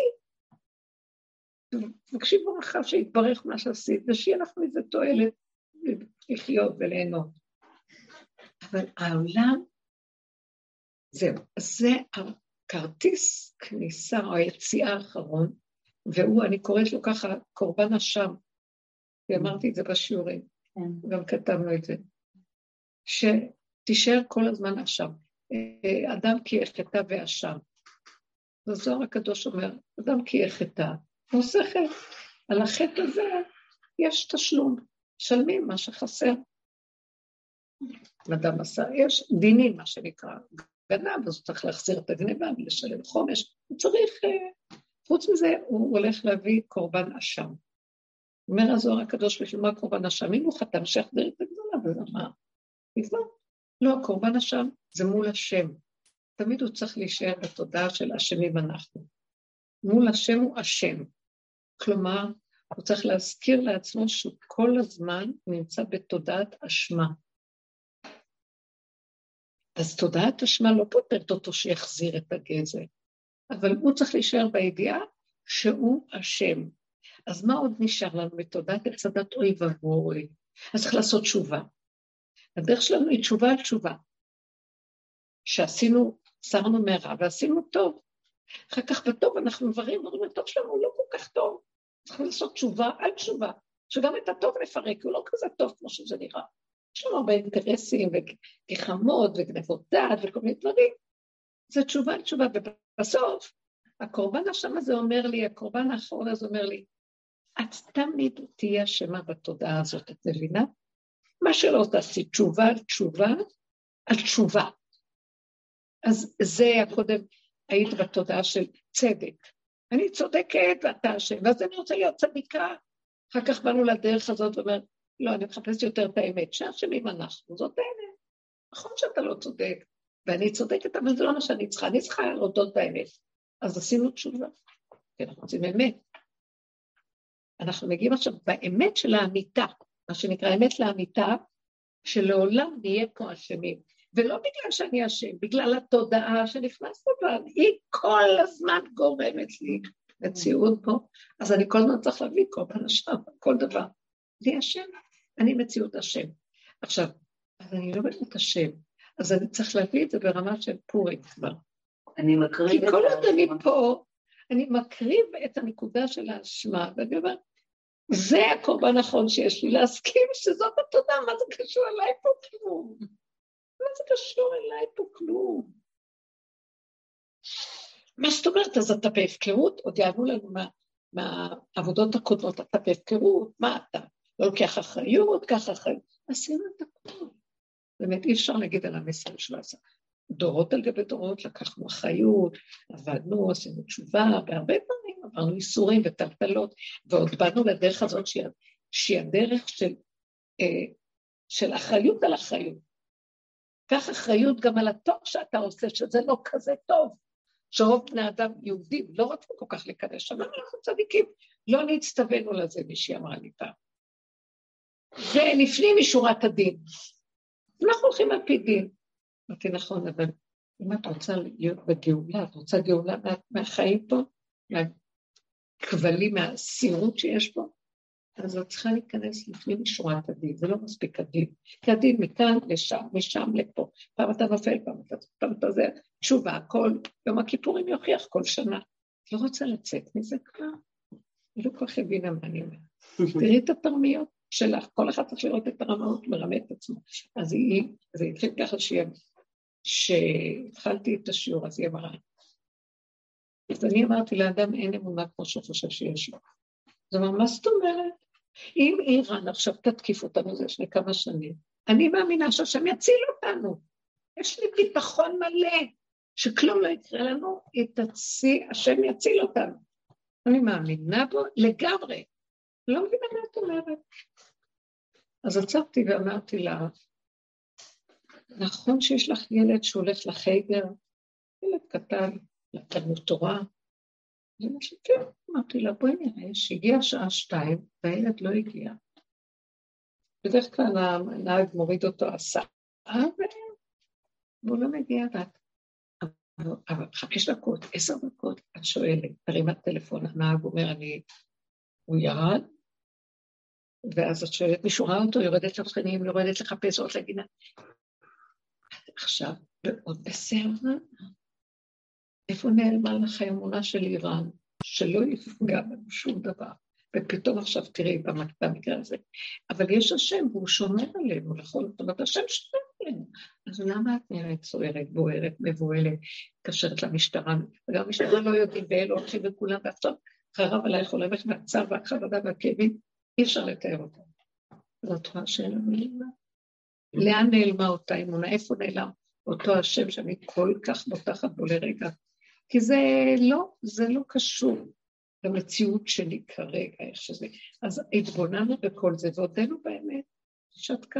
Speaker 1: תקשיבו רחב שיתברך מה שעשית, ושיהיה לך מזה תועלת לחיות וליהנות. אבל העולם, זהו, זה הכרטיס כניסה או היציאה האחרון, והוא, אני קוראת לו ככה, קורבן אשם, ואמרתי את זה בשיעורים, גם כתבנו את זה, שתישאר כל הזמן אשם, אדם כי יחטא ואשם. בזוהר הקדוש אומר, אדם כי יחטא, הוא עושה חטא, על החטא הזה יש תשלום, שלמים מה שחסר. אדם עשה, יש דינים מה שנקרא, גנב, אז הוא צריך להחזיר את הגניבה ולשלם חומש, הוא צריך, חוץ מזה הוא הולך להביא קורבן אשם. אומר הזוהר הקדוש בשביל מה קורבן אשם? אם הוא חתם שיחזיר את הגדולה, וזה מה? לא, הקורבן אשם זה מול השם. תמיד הוא צריך להישאר בתודעה של אשמים אנחנו. מול השם הוא אשם. כלומר, הוא צריך להזכיר לעצמו שהוא כל הזמן נמצא בתודעת אשמה. אז תודעת אשמה לא פותרת אותו שיחזיר את הגזל, אבל הוא צריך להישאר בידיעה שהוא אשם. אז מה עוד נשאר לנו מתודעת הצדת אוי ואבוי? אז צריך לעשות תשובה. הדרך שלנו היא תשובה על תשובה. שעשינו, שרנו מהרע ועשינו טוב. אחר כך בטוב אנחנו מבררים, אומרים, הטוב שלנו הוא לא כל כך טוב. צריכים לעשות תשובה על תשובה, שגם את הטוב נפרק, הוא לא כזה טוב כמו שזה נראה. יש לנו הרבה אינטרסים וגחמות וגנבות דעת וכל מיני דברים. זה תשובה על תשובה, ובסוף, הקורבן השם הזה אומר לי, הקורבן האחרון הזה אומר לי, את תמיד תהיה אשמה בתודעה הזאת, את מבינה? מה שלא תעשי, תשובה על תשובה על תשובה. אז זה הקודם, היית בתודעה של צדק. אני צודקת ואתה אשם, ואז אני רוצה להיות צדיקה. אחר כך באנו לדרך הזאת ואומר, לא, אני מחפש יותר את האמת, שאשמים אנחנו, זאת האמת. נכון שאתה לא צודק, ואני צודקת, אבל זה לא מה שאני צריכה, אני צריכה להודות באמת. אז עשינו תשובה, כי אנחנו רוצים אמת. אנחנו מגיעים עכשיו באמת של האמיתה, מה שנקרא אמת לאמיתה, שלעולם נהיה פה אשמים. ולא בגלל שאני אשם, בגלל התודעה שנכנסת בה, היא כל הזמן גורמת לי מציאות פה, אז אני כל הזמן צריך להביא קורבן השם, כל דבר. לי השם, אני מציאות השם. עכשיו, אז אני לא באמת השם, אז אני צריך להביא את זה ברמה של פורים כבר.
Speaker 4: אני מקריב
Speaker 1: כי כל עוד אני פה, אני מקריב את הנקודה של האשמה, ואני אומר, זה הקורבן האחרון שיש לי, להסכים שזאת התודה, מה זה קשור אליי פה כלום? מה זה קשור אליי פה כלום? מה זאת אומרת, אז אתה בהפקרות, עוד יענו לנו מהעבודות הקודמות, אתה בהפקרות, מה אתה? לא לוקח אחריות, כך אחריות. עשינו את הכל. באמת אי אפשר להגיד על המסר שלו, דורות על גבי דורות, לקחנו אחריות, עבדנו, עשינו תשובה, בהרבה דברים, עברנו איסורים וטלטלות, ועוד באנו לדרך הזאת שהיא הדרך של אחריות על אחריות. כך אחריות גם על הטוב שאתה עושה, שזה לא כזה טוב, שרוב בני אדם יהודים לא רוצים כל כך לקדש, אבל אנחנו צדיקים, לא נצטווינו לזה, מישהי אמרה לי פעם. זה לפנים משורת הדין. אנחנו הולכים על פי דין. אמרתי נכון, אבל אם את רוצה להיות בגאולה, את רוצה גאולה מהחיים פה, מהכבלים, מהסירות שיש פה, אז את צריכה להיכנס לפנים משורת הדין, זה לא מספיק הדין, כי הדין מכאן לשם, משם לפה, פעם אתה נופל, פעם אתה זה, תשובה, הכל, יום הכיפורים יוכיח כל שנה, את לא רוצה לצאת מזה כבר? היא לא כל כך הבינה מה אני אומר. תראי את התרמיות שלך, כל אחד צריך לראות את הרמאות, מרמה את עצמו. אז זה התחיל ככה שהתחלתי את השיעור, אז היא אמרה. אז אני אמרתי לאדם, אין אמונה כמו שחושב שיש לו. זאת אומרת, מה זאת אומרת? אם איראן עכשיו תתקיף אותנו, זה לפני כמה שנים, אני מאמינה שהשם יציל אותנו. יש לי ביטחון מלא, שכלום לא יקרה לנו, השם יציל אותנו. אני מאמינה בו לגמרי. לא מבינה מה את אומרת. אז עצרתי ואמרתי לה, נכון שיש לך ילד שהולך לחיידר, ילד קטן, לתלמוד תורה, זה מה שכן, אמרתי לה, בואי נראה, שהגיעה שעה 2, והילד לא הגיע. בדרך כלל הנהג מוריד אותו הסעה, והוא לא מגיע רק. אבל 5 דקות, 10 דקות, את שואלת, תרימה טלפון, הנהג אומר, הוא ירד, ואז את שואלת, מישהו ראה אותו, יורדת לבחנים, יורדת לחפש עוד לגינה. עכשיו, ועוד בסערה, איפה נעלמה לך האמונה של איראן, שלא יפגע לנו שום דבר, ופתאום עכשיו תראי במקרה הזה, אבל יש השם, והוא שומר עלינו, נכון? זאת אומרת, השם שומר עלינו, אז למה את נראית סוערת, בוערת, מבועלת, קשרת למשטרה, וגם המשטרה לא יודעים, ואלו הולכים וכולם, ועכשיו חרב עלייך הולך מהצער והחרדה והכאבים, אי אפשר לתאר אותה. זאת מה שאלה נעלמה. לאן נעלמה אותה אמונה? איפה נעלם אותו השם שאני כל כך מותחת בו לרגע? כי זה לא קשור למציאות שלי כרגע, איך שזה. אז התבוננו בכל זה, ועודנו באמת, שתקה.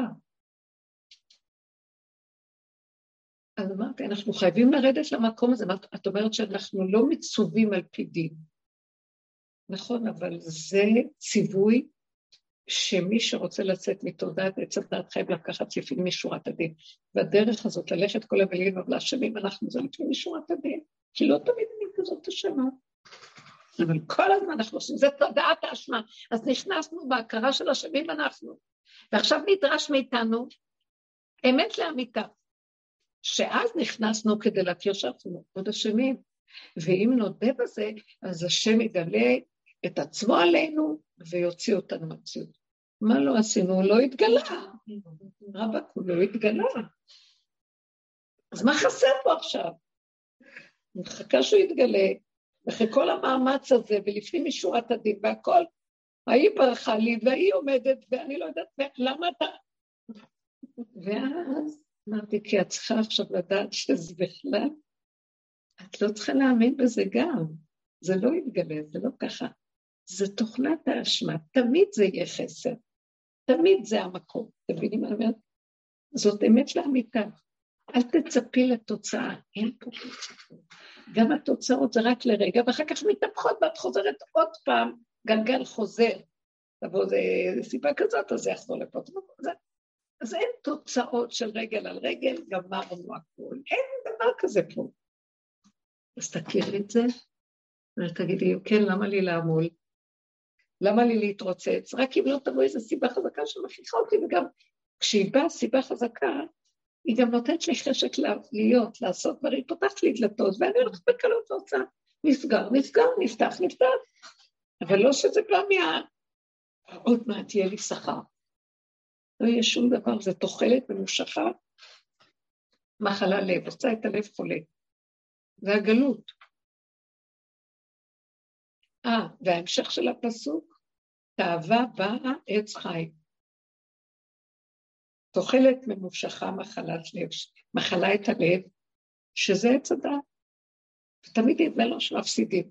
Speaker 1: אז אמרתי, אנחנו חייבים לרדת למקום הזה, את אומרת שאנחנו לא מצווים על פי דין. נכון, אבל זה ציווי שמי שרוצה לצאת מתודעת עץ הדת חייב לקחת לפנים משורת הדין. והדרך הזאת, ללכת כל המילים, אבל השמים אנחנו זה לפנים משורת הדין, כי לא תמיד אני כזאת השמה. אבל כל הזמן אנחנו עושים, זה תודעת האשמה. אז נכנסנו בהכרה של השמים אנחנו, ועכשיו נדרש מאיתנו אמת לאמיתה, שאז נכנסנו כדי להכיר שאנחנו עוד השמים, ואם נודה בזה, אז השם יגלה את עצמו עלינו, ויוציא אותנו מהמציאות. מה לא עשינו? הוא לא התגלה. רבק, הוא לא התגלה. אז מה חסר פה עכשיו? מחכה שהוא יתגלה, אחרי כל המאמץ הזה, ולפנים משורת הדין, והכל, ההיא ברכה לי, והיא עומדת, ואני לא יודעת, למה אתה? ואז אמרתי, כי את צריכה עכשיו לדעת שזה בכלל, את לא צריכה להאמין בזה גם, זה לא יתגלה, זה לא ככה, זה תוכנת האשמה, תמיד זה יהיה חסר, תמיד זה המקום, אתם מבינים מה אני אומרת? זאת אמת לאמיתה, אל תצפי לתוצאה, אין פה תוצאה, גם התוצאות זה רק לרגע, ואחר כך מתהפכות, ואת חוזרת עוד פעם, גלגל חוזר, תבוא זה סיבה כזאת, אז זה יחזור לפה, אז אין תוצאות של רגל על רגל, גמרנו הכל, אין דבר כזה פה. אז תכירי את זה, ותגידי, כן, למה לי לעמול? למה לי להתרוצץ? רק אם לא תבוא איזו סיבה חזקה שמכריחה אותי, וגם כשהיא באה סיבה חזקה, היא גם נותנת לי חשק להיות, לעשות דברים, פותחת לי דלתות, ואני הולכת בקלות ועושה, נסגר, נפתח, אבל לא שזה בא עוד מעט יהיה לי שכר. לא יהיה שום דבר, זה תוחלת ממושכה, מחלה לב, עושה את הלב חולה. והגלות. וההמשך של הפסוק, תאווה באה עץ חי. תוחלת ממושכה מחלת לב, מחלה את הלב, שזה עץ הדעת. ותמיד ידמה לו שמפסידים.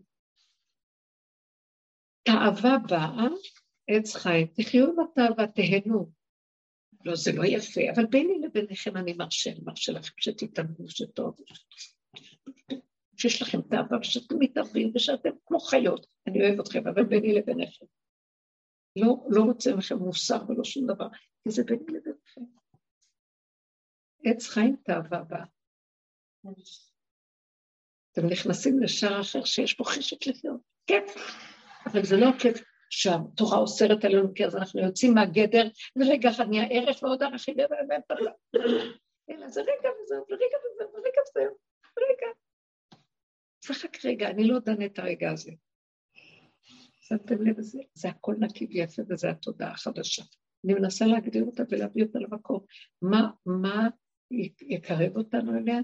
Speaker 1: תאווה באה עץ חי, תחיו בתאווה, תהנו. לא, זה לא יפה, אבל ביני לביניכם אני מרשה לכם שתתאבדו, שטוב, שיש לכם תאווה ושאתם מתאבים ושאתם כמו חיות, אני אוהב אתכם, אבל ביני לביניכם. לא רוצה לכם מוסר ולא שום דבר, כי זה ביני לביניכם. עץ חיים תאווה בה. אתם נכנסים לשער אחר שיש פה חשק לחיות, כיף, אבל זה לא כיף. שהתורה אוסרת עלינו, כי אז אנחנו יוצאים מהגדר, ורגע אחד נהיה ערך ועוד ערכים, אלא זה רגע וזהו, ורגע וזהו, זה רק רגע, אני לא דנה את הרגע הזה. שמתם לב לזה? זה הכל נקי ויפה, וזה התודעה החדשה. אני מנסה להגדיר אותה ולהביא אותה למקום. מה יקרב אותנו אליה?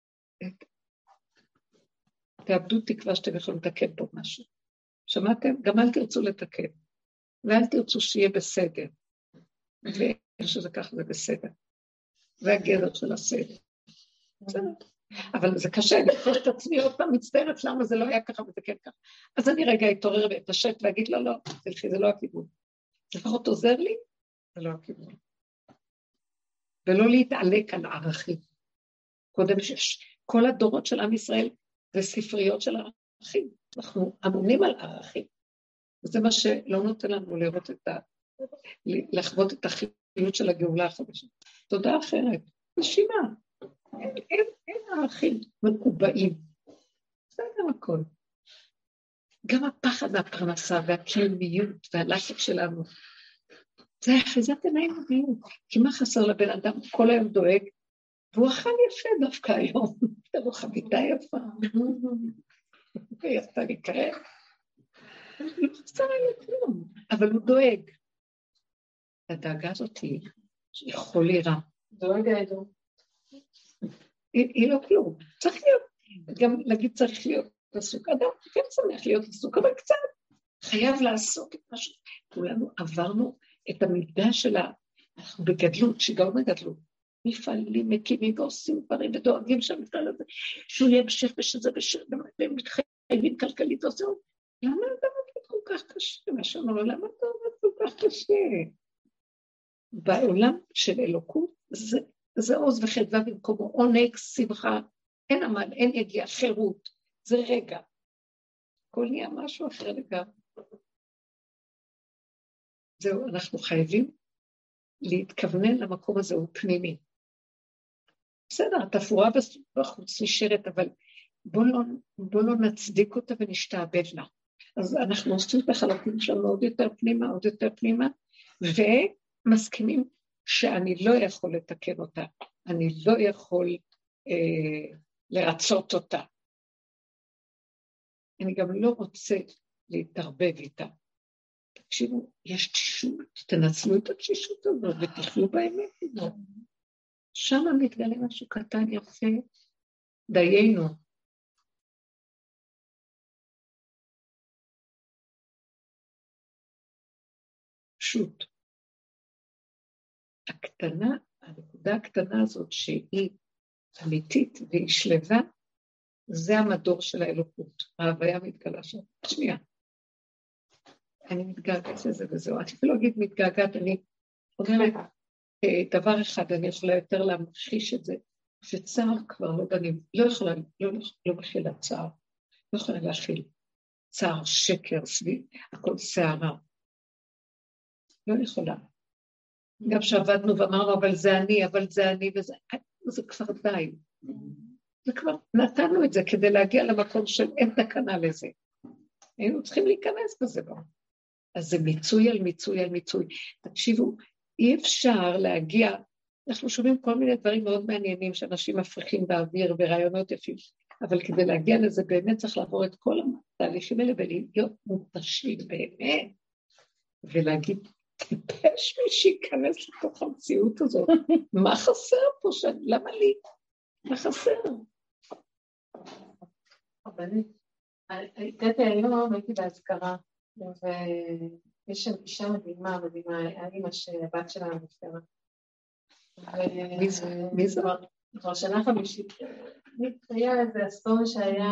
Speaker 1: תאבדו תקווה שאתם יכולים לתקן פה משהו. שמעתם? גם אל תרצו לתקן, ואל תרצו שיהיה בסדר, ואיך שזה ככה זה בסדר, זה הגדר של הסדר. אבל זה קשה, אני חושבת את עצמי עוד פעם מצטערת למה זה לא היה ככה וזה כן ככה. אז אני רגע אתעורר ואתעשת ואגיד לא, תלכי, זה לא הכיוון. לפחות עוזר לי, זה לא הכיוון. ולא להתעלק על הערכים. קודם כל הדורות של עם ישראל זה ספריות של הערכים. אנחנו אמונים על ערכים. וזה מה שלא נותן לנו לראות לחוות את החיות של הגאולה החדשה. תודה אחרת. נשימה. אין ערכים מקובעים. בסדר הכל. גם הפחד והפרנסה והקיומיות והלחץ שלנו, זה אחיזת עיניים מדהים. כי מה חסר לבן אדם? כל היום דואג, והוא אכל יפה דווקא היום. אתה לא חביתה יפה. ויצא לי קרב. לא חסר לי כלום, אבל הוא דואג. הדאגה הזאת היא חולי רע.
Speaker 2: דואג העדו.
Speaker 1: היא לא כלום. צריך להיות, גם להגיד צריך להיות עסוק. אדם כן שמח להיות עסוק, אבל קצת חייב לעסוק את משהו. כולנו עברנו את המידה שלה, אנחנו בגדלות, שיגעון בגדלות. מפעלים, מקימים ועושים דברים ודואגים שהמפעל הזה, שהוא יהיה בשך ושזה בשך, והם מתחייבים כלכלית ועושים. למה אתה עובד כל כך קשה? מה שאומר, למה אתה עובד כל כך קשה? בעולם של אלוקות, זה עוז וחדווה במקומו, עונג, שמחה, אין עמל, אין יגיע, חירות, זה רגע. הכל נהיה משהו אחר לגמרי. זהו, אנחנו חייבים להתכוונן למקום הזה, הוא פנימי. בסדר, התפאורה בחוץ נשארת, אבל בוא לא נצדיק אותה ונשתעבד לה. אז אנחנו עושים את החלקים שלנו עוד יותר פנימה, עוד יותר פנימה, ומסכימים שאני לא יכול לתקן אותה, אני לא יכול לרצות אותה. אני גם לא רוצה להתערבב איתה. תקשיבו, יש תשישות, תנצלו את התשישות הזאת ותחיו באמת הזאת. שם מתגלה משהו קטן יפה, דיינו. פשוט. הקטנה, הנקודה הקטנה הזאת שהיא אמיתית והיא שלווה, זה המדור של האלוקות. ההוויה מתגלה שם. שנייה. אני מתגעגעת לזה וזהו. אני לא אגיד מתגעגעת, אני אומרת, דבר אחד, אני יכולה יותר להמחיש את זה, שצער כבר לא דנים, לא יכולה, לא מכילה צער, לא יכולה להכיל צער, שקר, סביב, הכל שערה. לא יכולה. גם שעבדנו ואמרנו, אבל זה אני, וזה, זה כבר די. זה כבר, נתנו את זה כדי להגיע למקום של אין תקנה לזה. היינו צריכים להיכנס בזה כבר. אז זה מיצוי על מיצוי על מיצוי. תקשיבו, אי אפשר להגיע, אנחנו שומעים כל מיני דברים מאוד מעניינים, שאנשים מפריחים באוויר ורעיונות יפים, אבל כדי להגיע לזה באמת צריך לעבור את כל התהליכים האלה, ולהיות מותשים באמת, ולהגיד, טיפש מי שיכנס לתוך המציאות הזאת, מה חסר פה? למה לי? מה חסר?
Speaker 2: הגעתי היום, הייתי בהזכרה, ויש שם אישה מדהימה, היה אימא שהבת שלה נפטרה.
Speaker 1: מי זה?
Speaker 2: כבר שנה חמישית, היה איזה אסון שהיה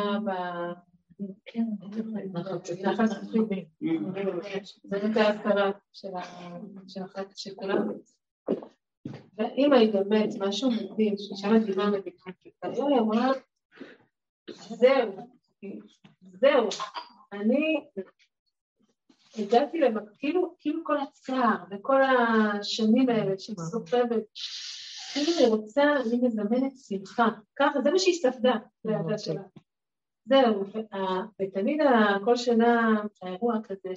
Speaker 2: נחל זכוכית. זה הייתה ההזכרה של כולם. ואימא היא באמת משהו מדהים, שאישה מדהימה מדהימה. והיום היא אמרה, זהו, אני הגעתי כאילו כל הצער וכל השנים האלה של סופבת, אני רוצה, אני מזמנת שמחה, ככה, זה מה שהיא ספדה להדה שלה. זהו, ותמיד כל שנה האירוע כזה,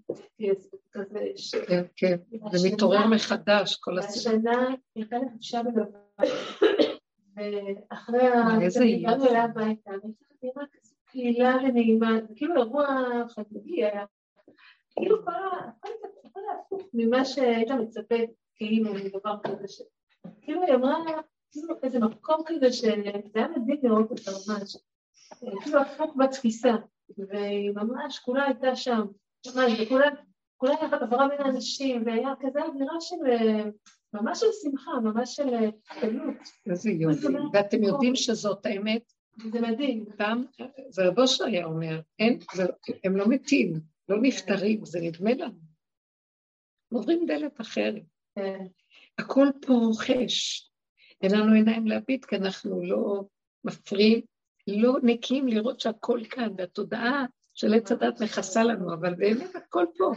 Speaker 1: כן, זה מתעורר מחדש כל הסיפור.
Speaker 2: השנה הייתה לחופשה בלבן, ואחרי הגענו אליה הביתה, נראה כזו קלילה ונעימה, זה כאילו אירוע חגיגי היה, כאילו כל ההפוך ממה שהיית מצפה, כאילו מדבר כזה, כאילו היא אמרה, כאילו איזה מקום כזה, שזה היה מדהים לראות אותה ממש, כאילו הפוך בתפיסה, והיא ממש כולה הייתה שם, וכולה יחד עברה בין האנשים, והיה כזה אווירה של, ממש של שמחה, ממש של קלות.
Speaker 1: איזה יופי, ואתם יודעים שזאת האמת?
Speaker 2: זה מדהים.
Speaker 1: פעם, זה רבו שהיה אומר, הם לא מתים, לא נפטרים, זה נדמה לנו. עוברים דלת אחרת. הכל פה חש, אין לנו עיניים להביט, כי אנחנו לא מפריעים, לא נקים לראות שהכל כאן, והתודעה של עץ הדת מכסה לנו, אבל באמת הכל פה.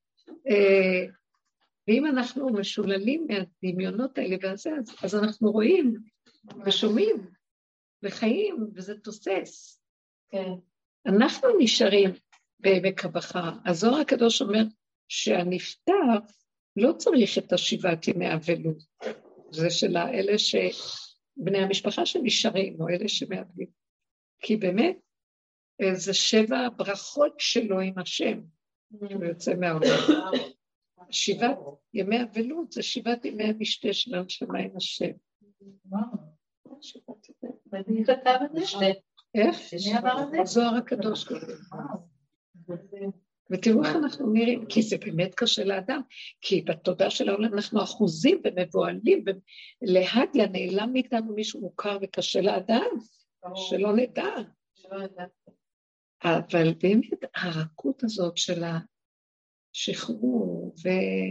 Speaker 1: ואם אנחנו משוללים מהדמיונות האלה והזה, אז אנחנו רואים ושומעים וחיים, וזה תוסס.
Speaker 2: כן. אנחנו
Speaker 1: נשארים בעמק הבכר. הזוהר הקדוש אומר שהנפטר לא צריך את השבעת ימי אבלות. זה של אלה בני המשפחה שנשארים, או אלה שמאבדים. כי באמת, זה 7 ברכות שלו עם השם, שהוא יוצא מהעולם. 7 ימי אבלות, זה 7 ימי המשתה של הנשמה עם השם.
Speaker 2: ואני כתב את זה?
Speaker 1: איך? הזוהר הקדוש כזה. ותראו איך אנחנו נראים, כי זה באמת קשה לאדם, כי בתודעה של העולם אנחנו אחוזים ומבועלים, ולהדיה נעלם מאיתנו מישהו מוכר וקשה לאדם, שלא נדע. אבל באמת הרכות הזאת של השחרור,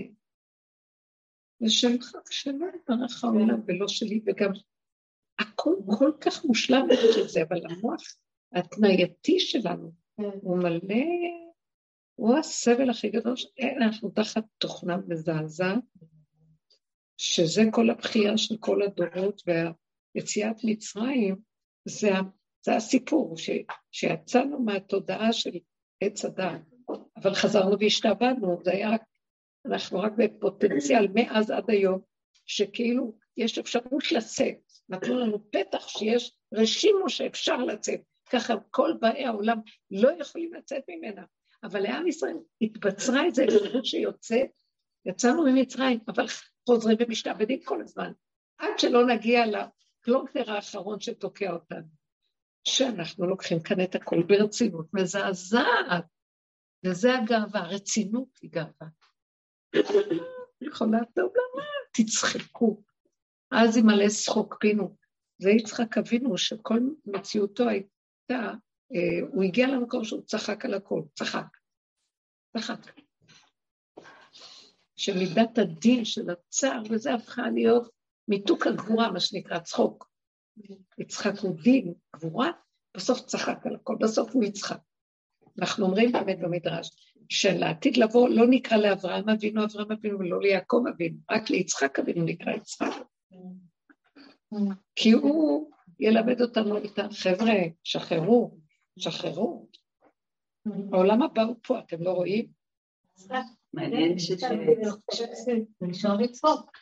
Speaker 1: ושלך שלא יתברך העולם ולא שלי, וגם הכל כל כך מושלם את זה, אבל המוח התנייתי שלנו הוא מלא, הוא הסבל הכי גדול, אנחנו תחת תוכנה מזעזע, שזה כל הבחייה של כל הדורות, והיציאת מצרים, זה הסיפור, שיצאנו מהתודעה של עץ הדת, אבל חזרנו והשתעבדנו, זה היה רק, אנחנו רק בפוטנציאל מאז עד היום, שכאילו יש אפשרות לצאת, נתנו לנו פתח שיש רשימו שאפשר לצאת, ככה כל באי העולם לא יכולים לצאת ממנה, אבל לעם ישראל התבצרה את זה, יצאנו ממצרים, אבל חוזרים ומשתעבדים כל הזמן, עד שלא נגיע לפלונטר האחרון שתוקע אותנו, שאנחנו לוקחים כאן את הכל ברצינות מזעזעת, וזה הגאווה, הרצינות היא גאווה. יכולה טוב למה? תצחקו. אז עם מלא שחוק פינו, זה יצחק אבינו שכל מציאותו הייתה, הוא הגיע למקום שהוא צחק על הכל, צחק. שמידת הדין של הצער, וזה הפכה להיות מיתוק הגבורה, מה שנקרא צחוק. יצחק הוא דין, גבורה, בסוף צחק על הכל, בסוף הוא יצחק. אנחנו אומרים באמת במדרש, שלעתיד לבוא לא נקרא לאברהם אבינו, ולא ליעקב אבינו, רק ליצחק אבינו נקרא יצחק. כי הוא ילמד אותנו איתה, חבר'ה, שחררו. העולם הבא הוא פה, אתם לא רואים?
Speaker 4: מעניין
Speaker 2: נשאר לצחוק.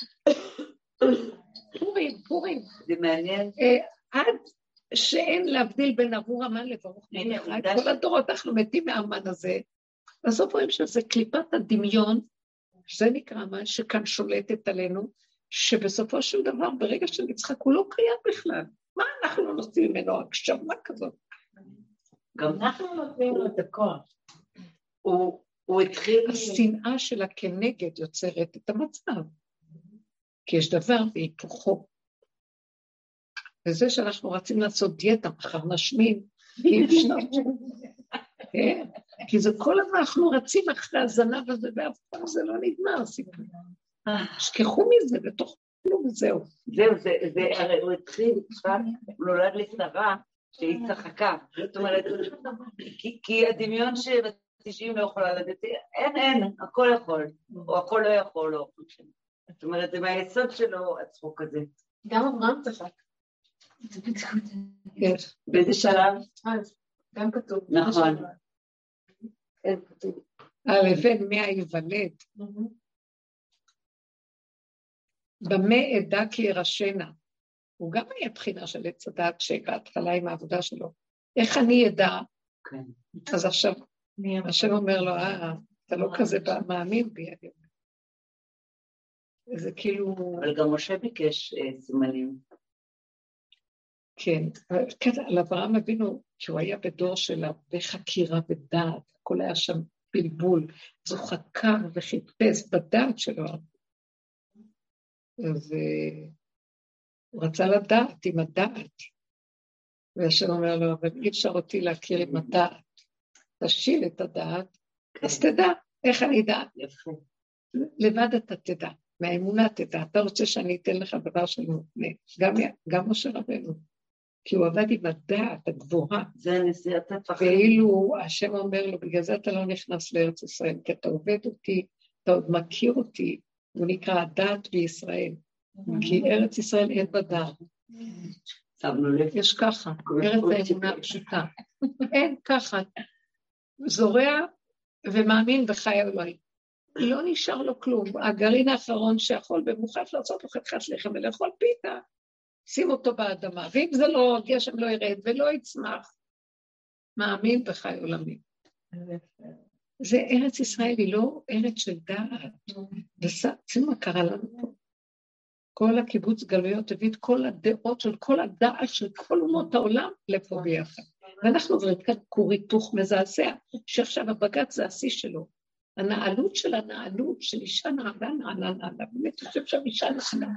Speaker 1: פורים.
Speaker 4: זה מעניין.
Speaker 1: עד שאין להבדיל בין עבור המן לברוך מלך, כל הדורות אנחנו מתים מהמן הזה, בסוף רואים שזה קליפת הדמיון, שזה נקרא המן שכאן שולטת עלינו, שבסופו של דבר ברגע שנצחק הוא לא קיים בכלל, מה אנחנו לא נוצאים ממנו הקשמה כזאת?
Speaker 2: גם אנחנו נותנים לו את הכוח.
Speaker 4: הוא התחיל...
Speaker 1: השנאה שלה כנגד יוצרת את המצב, כי יש דבר בהיפוכו, וזה שאנחנו רצים לעשות דיאטה, מחר נשמין, כי אפשר. כי זה כל הזמן אנחנו רצים אחרי הזנב הזה, ואף פעם זה לא נגמר, סיפור. שכחו מזה, ותאכלו וזהו.
Speaker 4: זהו, הרי הוא התחיל, הוא נולד לשרה, שהיא צחקה. זאת אומרת, כי הדמיון ש90 לא יכולה לדעת, אין, הכל יכול, או הכל לא יכול, לא. זאת אומרת, זה מהיסוד שלו, הצחוק הזה.
Speaker 2: גם אברהם צחק.
Speaker 4: באיזה שלב?
Speaker 2: גם כתוב.
Speaker 4: נכון.
Speaker 2: כן, כתוב.
Speaker 1: הלבן מה ייוולד. במה עדה כי ירשנה. הוא גם היה בחינה של עץ הדעת שבהתחלה עם העבודה שלו. איך אני אדע? אז עכשיו השם אומר לו, אתה לא כזה מאמין בי. זה כאילו...
Speaker 4: אבל גם משה ביקש סימנים.
Speaker 1: כן, על אברהם אבינו, שהוא היה בדור של הרבה חקירה ודעת, הכל היה שם בלבול, אז הוא חקר וחיפש בדעת שלו. אז הוא רצה לדעת עם הדעת. והשם אומר לו, אבל אי אפשר אותי להכיר עם הדעת. תשיל את הדעת, אז תדע, איך אני אדע? לבד אתה תדע, מהאמונה תדע. אתה רוצה שאני אתן לך דבר שלא נותנה. גם משה רבנו. כי הוא עבד עם הדעת הגבוהה.
Speaker 4: זה נשיאת הפחד.
Speaker 1: ואילו השם אומר לו, בגלל זה אתה לא נכנס לארץ ישראל, כי אתה עובד אותי, אתה עוד מכיר אותי, הוא נקרא הדעת בישראל. כי ארץ ישראל אין בדעת.
Speaker 4: שמנו לב.
Speaker 1: יש ככה, ארץ האמונה הפשוטה. אין ככה, זורע ומאמין בחי אלוהים. לא נשאר לו כלום. הגרעין האחרון שיכול במוכרח לעשות לו חתיכת לחם ולאכול פיתה, שים אותו באדמה, ואם זה לא, גשם לא ירד ולא יצמח, מאמין בחי עולמי. זה ארץ ישראל, היא לא ארץ של דעת. ושימו מה קרה לנו פה. כל הקיבוץ גלויות הביא את כל הדעות של כל הדעת של כל אומות העולם לפה ביחד. ואנחנו עוברים כאן כור היתוך מזעזע, שעכשיו הבג"ץ זה השיא שלו. הנעלות של הנעלות של אישה נעלה, באמת חושב שם אישה נעלה.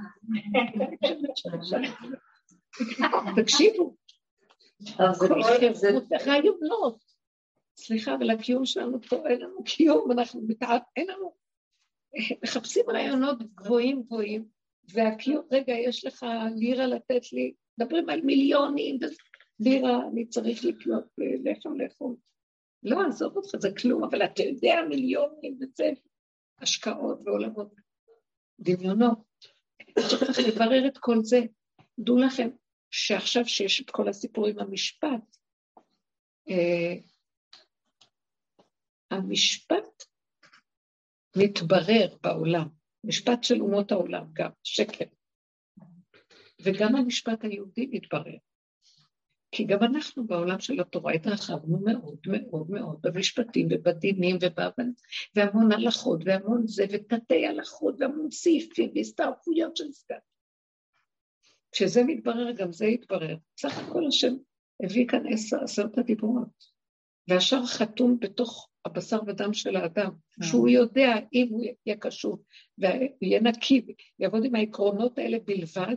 Speaker 1: תקשיבו, כל חירות רעיונות. סליחה, אבל הקיום שלנו פה, אין לנו קיום, אנחנו אין לנו, מחפשים רעיונות גבוהים, והקיום, רגע, יש לך לירה לתת לי, מדברים על מיליונים, לירה, אני צריך לקנות לחם לאכול. לא, עזוב אותך, זה כלום, אבל אתה יודע מיליונים וזה, השקעות ועולמות, דמיונות. צריך לברר את כל זה. דעו לכם שעכשיו שיש את כל הסיפור עם המשפט, המשפט מתברר בעולם, משפט של אומות העולם, גם שקר. וגם המשפט היהודי מתברר. כי גם אנחנו בעולם של התורה התרחבנו מאוד מאוד מאוד במשפטים ובדינים והמון הלכות והמון זה ותתי הלכות והמון סעיפים והסתעפויות של סגן. כשזה מתברר גם זה יתברר. סך הכל השם הביא כאן 10 הדיברות. והשאר חתום בתוך הבשר ודם של האדם, שהוא יודע אם הוא יהיה קשור ויהיה נקי ויעבוד עם העקרונות האלה בלבד,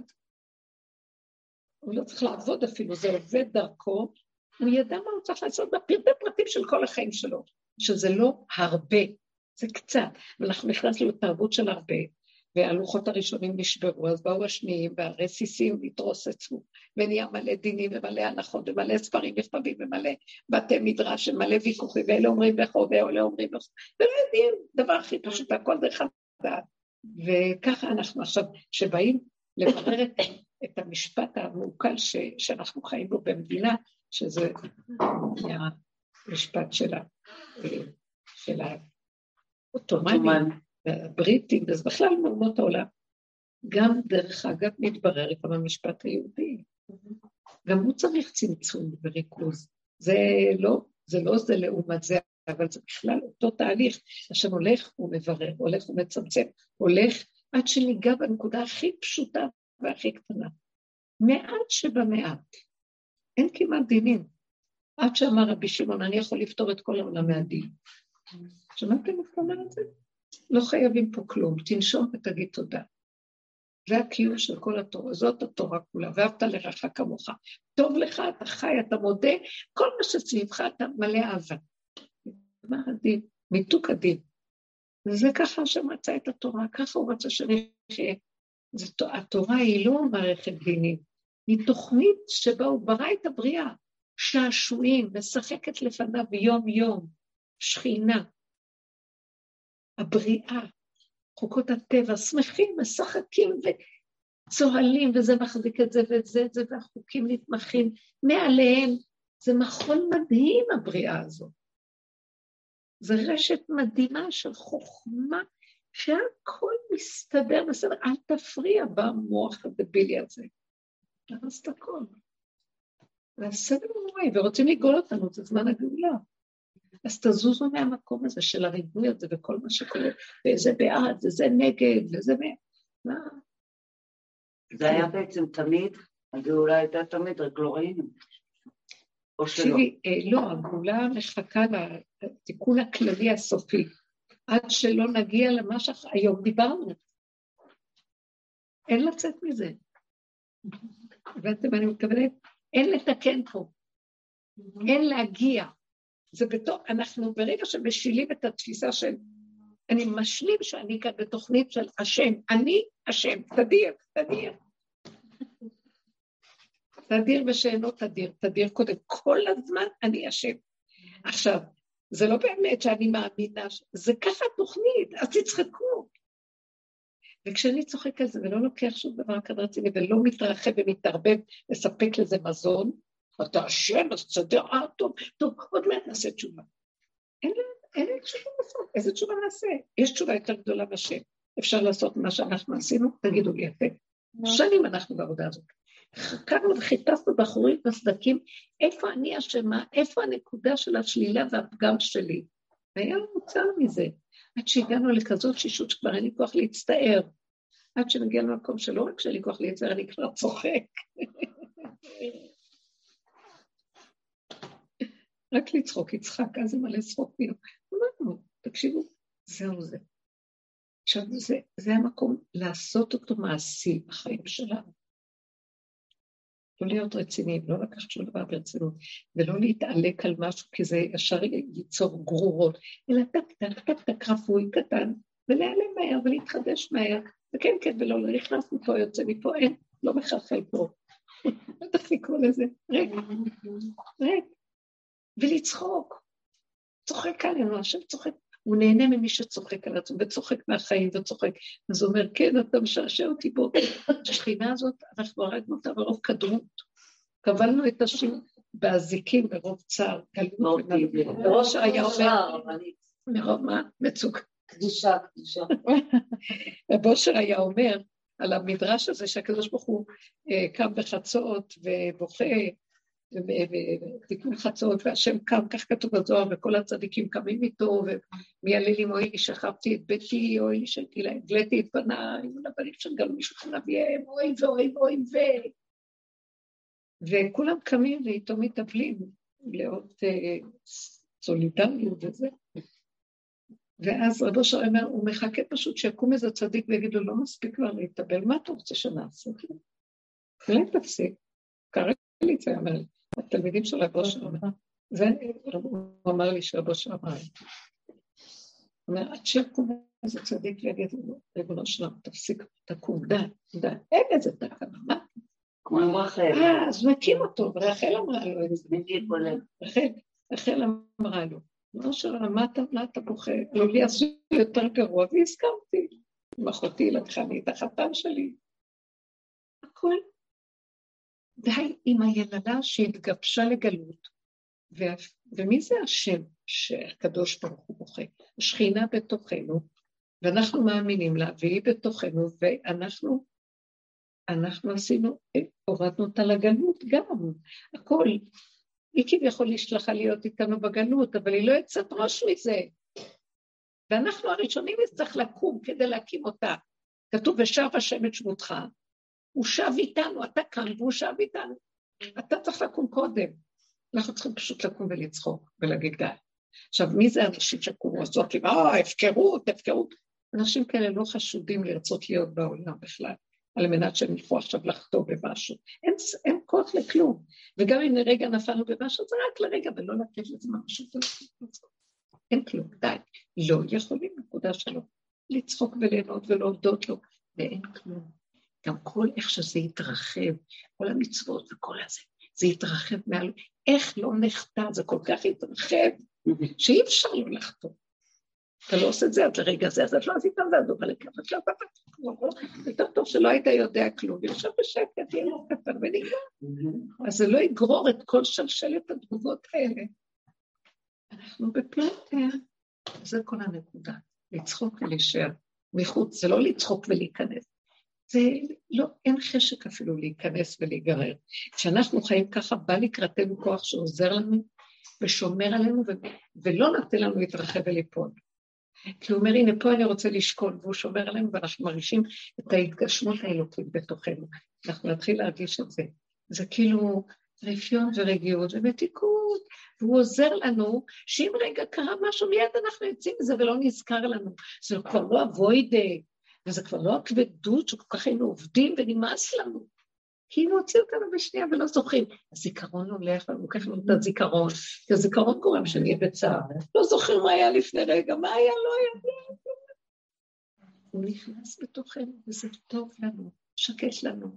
Speaker 1: הוא לא צריך לעבוד אפילו, זה עובד דרכו, הוא ידע מה הוא צריך לעשות בפרטי פרטים של כל החיים שלו, שזה לא הרבה, זה קצת, ואנחנו נכנסנו לתרבות של הרבה, והלוחות הראשונים נשברו, אז באו השניים, והרסיסים התרוסצו, ונהיה מלא דינים ומלא הנחות, ומלא ספרים נכתבים, ומלא בתי מדרש, ומלא ויכוחים, ואלה אומרים לכו, ואלה אומרים לכו, ולא יודעים, דבר הכי פשוט, הכל דרך הדעת, וככה אנחנו עכשיו, שבאים לברר את המשפט המעוקל שאנחנו חיים בו במדינה, שזה המשפט של העות'מאנים, הבריטים, וזה בכלל מאומות העולם. גם דרך אגב מתברר את המשפט היהודי. גם הוא צריך צמצום וריכוז. זה לא זה לעומת זה, אבל זה בכלל אותו תהליך, השם הולך ומברר, הולך ומצמצם, הולך עד שניגע בנקודה הכי פשוטה והכי קטנה. מעט שבמעט. אין כמעט דינים. עד שאמר רבי שמעון, אני יכול לפתור את כל העולם מהדין. שמעתם איך אומר את זה? לא חייבים פה כלום, תנשום ותגיד תודה. זה הקיום של כל התורה, זאת התורה כולה, ואהבת לרעך כמוך. טוב לך, אתה חי, אתה מודה, כל מה שסביבך אתה מלא אהבה. מה הדין? מיתוק הדין. וזה ככה השם רצה את התורה, ככה הוא רצה שנחיה. התורה היא לא מערכת דינים, היא תוכנית שבה הוא ברא את הבריאה, שעשועים, משחקת לפניו ביום יום, שכינה. הבריאה, חוקות הטבע, שמחים, משחקים וצוהלים, וזה מחזיק את זה ואת זה, והחוקים נתמכים מעליהם. זה מחול מדהים הבריאה הזאת. זה רשת מדהימה של חוכמה, שהכל מסתדר בסדר, אל תפריע במוח הדבילי הזה. תרס את הכל. והסדר נוראי, ורוצים לגאול אותנו, זה זמן הגאולה. אז תזוזו מהמקום הזה של הריבוי הזה וכל מה שקורה, וזה בעד, וזה נגד, וזה מה?
Speaker 4: זה היה בעצם תמיד, הגאולה הייתה תמיד, רק לא ראינו. או שלא.
Speaker 1: תקשיבי, לא, הגאולה מחכה לתיקון הכללי הסופי, עד שלא נגיע למה שהיום דיברנו. אין לצאת מזה. ואתם, אני מתכוונת, אין לתקן פה. אין להגיע. זה בתוך, אנחנו ברגע שמשילים את התפיסה של, אני משלים שאני כאן בתוכנית של השם, אני השם, תדיר ושאינו תדיר קודם, כל הזמן אני השם. עכשיו, זה לא באמת שאני מאמינה, זה ככה תוכנית, אז תצחקו. וכשאני צוחק על זה ולא לוקח שום דבר כאן רציני, ולא מתרחב ומתערבב, לספק לזה מזון, אתה השם, אז תסדר, טוב, עוד מעט נעשה תשובה. אין תשובה לעשות, איזה תשובה נעשה? יש תשובה יותר גדולה בשם. אפשר לעשות מה שאנחנו עשינו, תגידו לי יפה. שנים אנחנו בעבודה הזאת. חקרנו וחיפשנו בחורים בסדקים, איפה אני אשמה, איפה הנקודה של השלילה והפגם שלי. והיה מוצר מזה, עד שהגענו לכזאת שישות שכבר אין לי כוח להצטער, עד שנגיע למקום שלא רק שאין לי כוח להצטער, אני כבר צוחק. רק לצחוק, יצחק, אז זה מלא צחוק מיום. אמרנו, תקשיבו, זהו זה. עכשיו, זה המקום לעשות אותו מעשי בחיים שלנו. לא להיות רציניים, לא לקחת שום דבר ברצינות, ולא להתעלק על משהו, כי זה ישר ייצור גרורות, אלא טק, רפוי קטן, ולהיעלם מהר ולהתחדש מהר, וכן, ולא נכנס מפה, יוצא מפה, אין, לא מחלחל פה. לא תחזיקו לזה, ריק. ולצחוק. צוחק עלינו, השם צוחק, הוא נהנה ממי שצוחק על עצמו, וצוחק מהחיים וצוחק. אז הוא אומר, כן, אתה משעשע אותי בו. השכינה הזאת, אנחנו הרגנו אותה ברוב קדרות. קבלנו את השם, באזיקים מרוב צער, גלות. וראש היה אומר, מרוב מה? מצוק.
Speaker 2: קדושה.
Speaker 1: ובושר היה אומר על המדרש הזה שהקדוש ברוך הוא קם בחצות ובוכה, ותיקון חצות, והשם קם, כך כתוב בזוהר, וכל הצדיקים קמים איתו, ומיילים, אוי לי שכבתי את ביתי, אוי לי שהגליתי את בניי, אבל אפשר גם מישהו חנביהם, אוי ואוי, וכולם קמים ואיתו מתאבלים, לעוד סולידריות וזה. ואז רבו שר אומר, הוא מחכה פשוט שיקום איזה צדיק ויגיד לו, לא מספיק כבר להתאבל, מה אתה רוצה שנעשה? אולי תפסיק, קרא לי את זה, אמר לי, התלמידים של רבו שר אומר, הוא אמר לי שרבו שר אמר, הוא אומר, עד שיקום איזה צדיק ויגיד לו, ריבונו שלנו, תפסיק, תקום, די, אין איזה תקנה, מה?
Speaker 4: כמו עם רחל.
Speaker 1: אז נקים אותו, ורחל אמרה לו את זה. רחל אמרה לו, לא שלנו, מה אתה בוכה? לא לי עשו יותר גרוע, והסכמתי. עם אחותי לקחה לי את החתן שלי. הכל. די עם הילדה שהתגבשה לגלות. ומי זה השם שהקדוש ברוך הוא בוכה? השכינה בתוכנו, ואנחנו מאמינים לה, והיא בתוכנו, ואנחנו עשינו, הורדנו אותה לגלות גם. הכל. היא כביכול השלחה להיות איתנו בגלות, אבל היא לא יצאת ראש מזה. ואנחנו הראשונים נצטרך לקום כדי להקים אותה. כתוב, ושב השם את שמותך. הוא שב איתנו, אתה כאן והוא שב איתנו. אתה צריך לקום קודם. אנחנו צריכים פשוט לקום ולצחוק ולהגיד די. עכשיו, מי זה אנשים שקומו? עושות לי, הפקרות. אנשים כאלה לא חשודים לרצות להיות בעולם בכלל. על מנת שהם ילכו עכשיו לחטוא במשהו. אין כוח לכלום. וגם אם לרגע נפלנו במשהו, זה רק לרגע, ולא לתת לזה משהו. אין כלום, די. לא יכולים, נקודה שלו. לצחוק וליהנות ולהודות לו, ואין כלום. גם כל איך שזה יתרחב, כל המצוות וכל הזה, זה יתרחב מעל, איך לא נחטא, זה כל כך יתרחב, שאי אפשר לא לחטוא. אתה לא עושה את זה, אז לרגע זה, אז את לא עשית ואז הוא בלקח, את לא עשית, יותר טוב שלא היית יודע כלום, ויושב בשקט, יהיה לו קטן ונגמר. אז זה לא יגרור את כל שלשלת התגובות האלה. אנחנו בפלטר, זה כל הנקודה, לצחוק ולהישאר מחוץ, זה לא לצחוק ולהיכנס, זה לא, אין חשק אפילו להיכנס ולהיגרר. כשאנחנו חיים ככה, בא לקראתנו כוח שעוזר לנו, ושומר עלינו, ולא נתן לנו להתרחב וליפול. כי הוא אומר, הנה פה אני רוצה לשקול, והוא שומר עלינו, ואנחנו מרגישים את ההתגשמות האלוקית בתוכנו. אנחנו נתחיל להרגיש את זה. זה כאילו רפיון ורגיעות ומתיקות, והוא עוזר לנו, שאם רגע קרה משהו, מיד אנחנו יוצאים מזה ולא נזכר לנו. זה כבר לא הווידה, וזה כבר לא הכבדות שכל כך היינו עובדים ונמאס לנו. כי אם הוציא אותנו בשנייה ולא זוכרים, הזיכרון הולך לנו, לוקח לנו את הזיכרון, כי הזיכרון גורם שנהיה בצער, לא זוכרים מה היה לפני רגע, מה היה, לא היה, הוא נכנס בתוכנו, וזה טוב לנו, שקט לנו.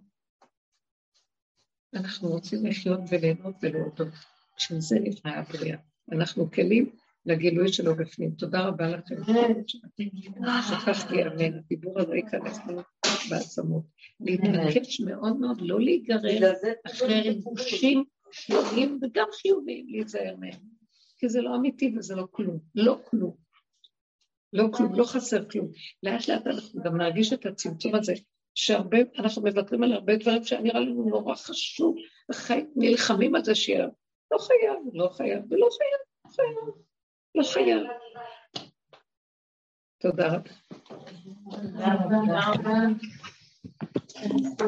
Speaker 1: אנחנו רוצים לחיות וליהנות ולהודות, כשזה נברא הבריאה, אנחנו כלים לגילוי שלו בפנים. תודה רבה לכם. שכחתי אמן, הדיבור הזה ייכנס לנו בעצמות. להתעקש מאוד מאוד, לא להיגרר אחרי ריגושים חיוביים וגם חיוביים, להיזהר מהם. כי זה לא אמיתי וזה לא כלום. לא כלום. לא כלום, לא חסר כלום. לאט לאט אנחנו גם נרגיש את הצמצום הזה, שהרבה, אנחנו מוותרים על הרבה דברים שנראה לנו נורא חשוב, נלחמים על זה שיהיה. לא חייב, לא חייב, ולא חייב, לא חייב. לא חייב. תודה רבה.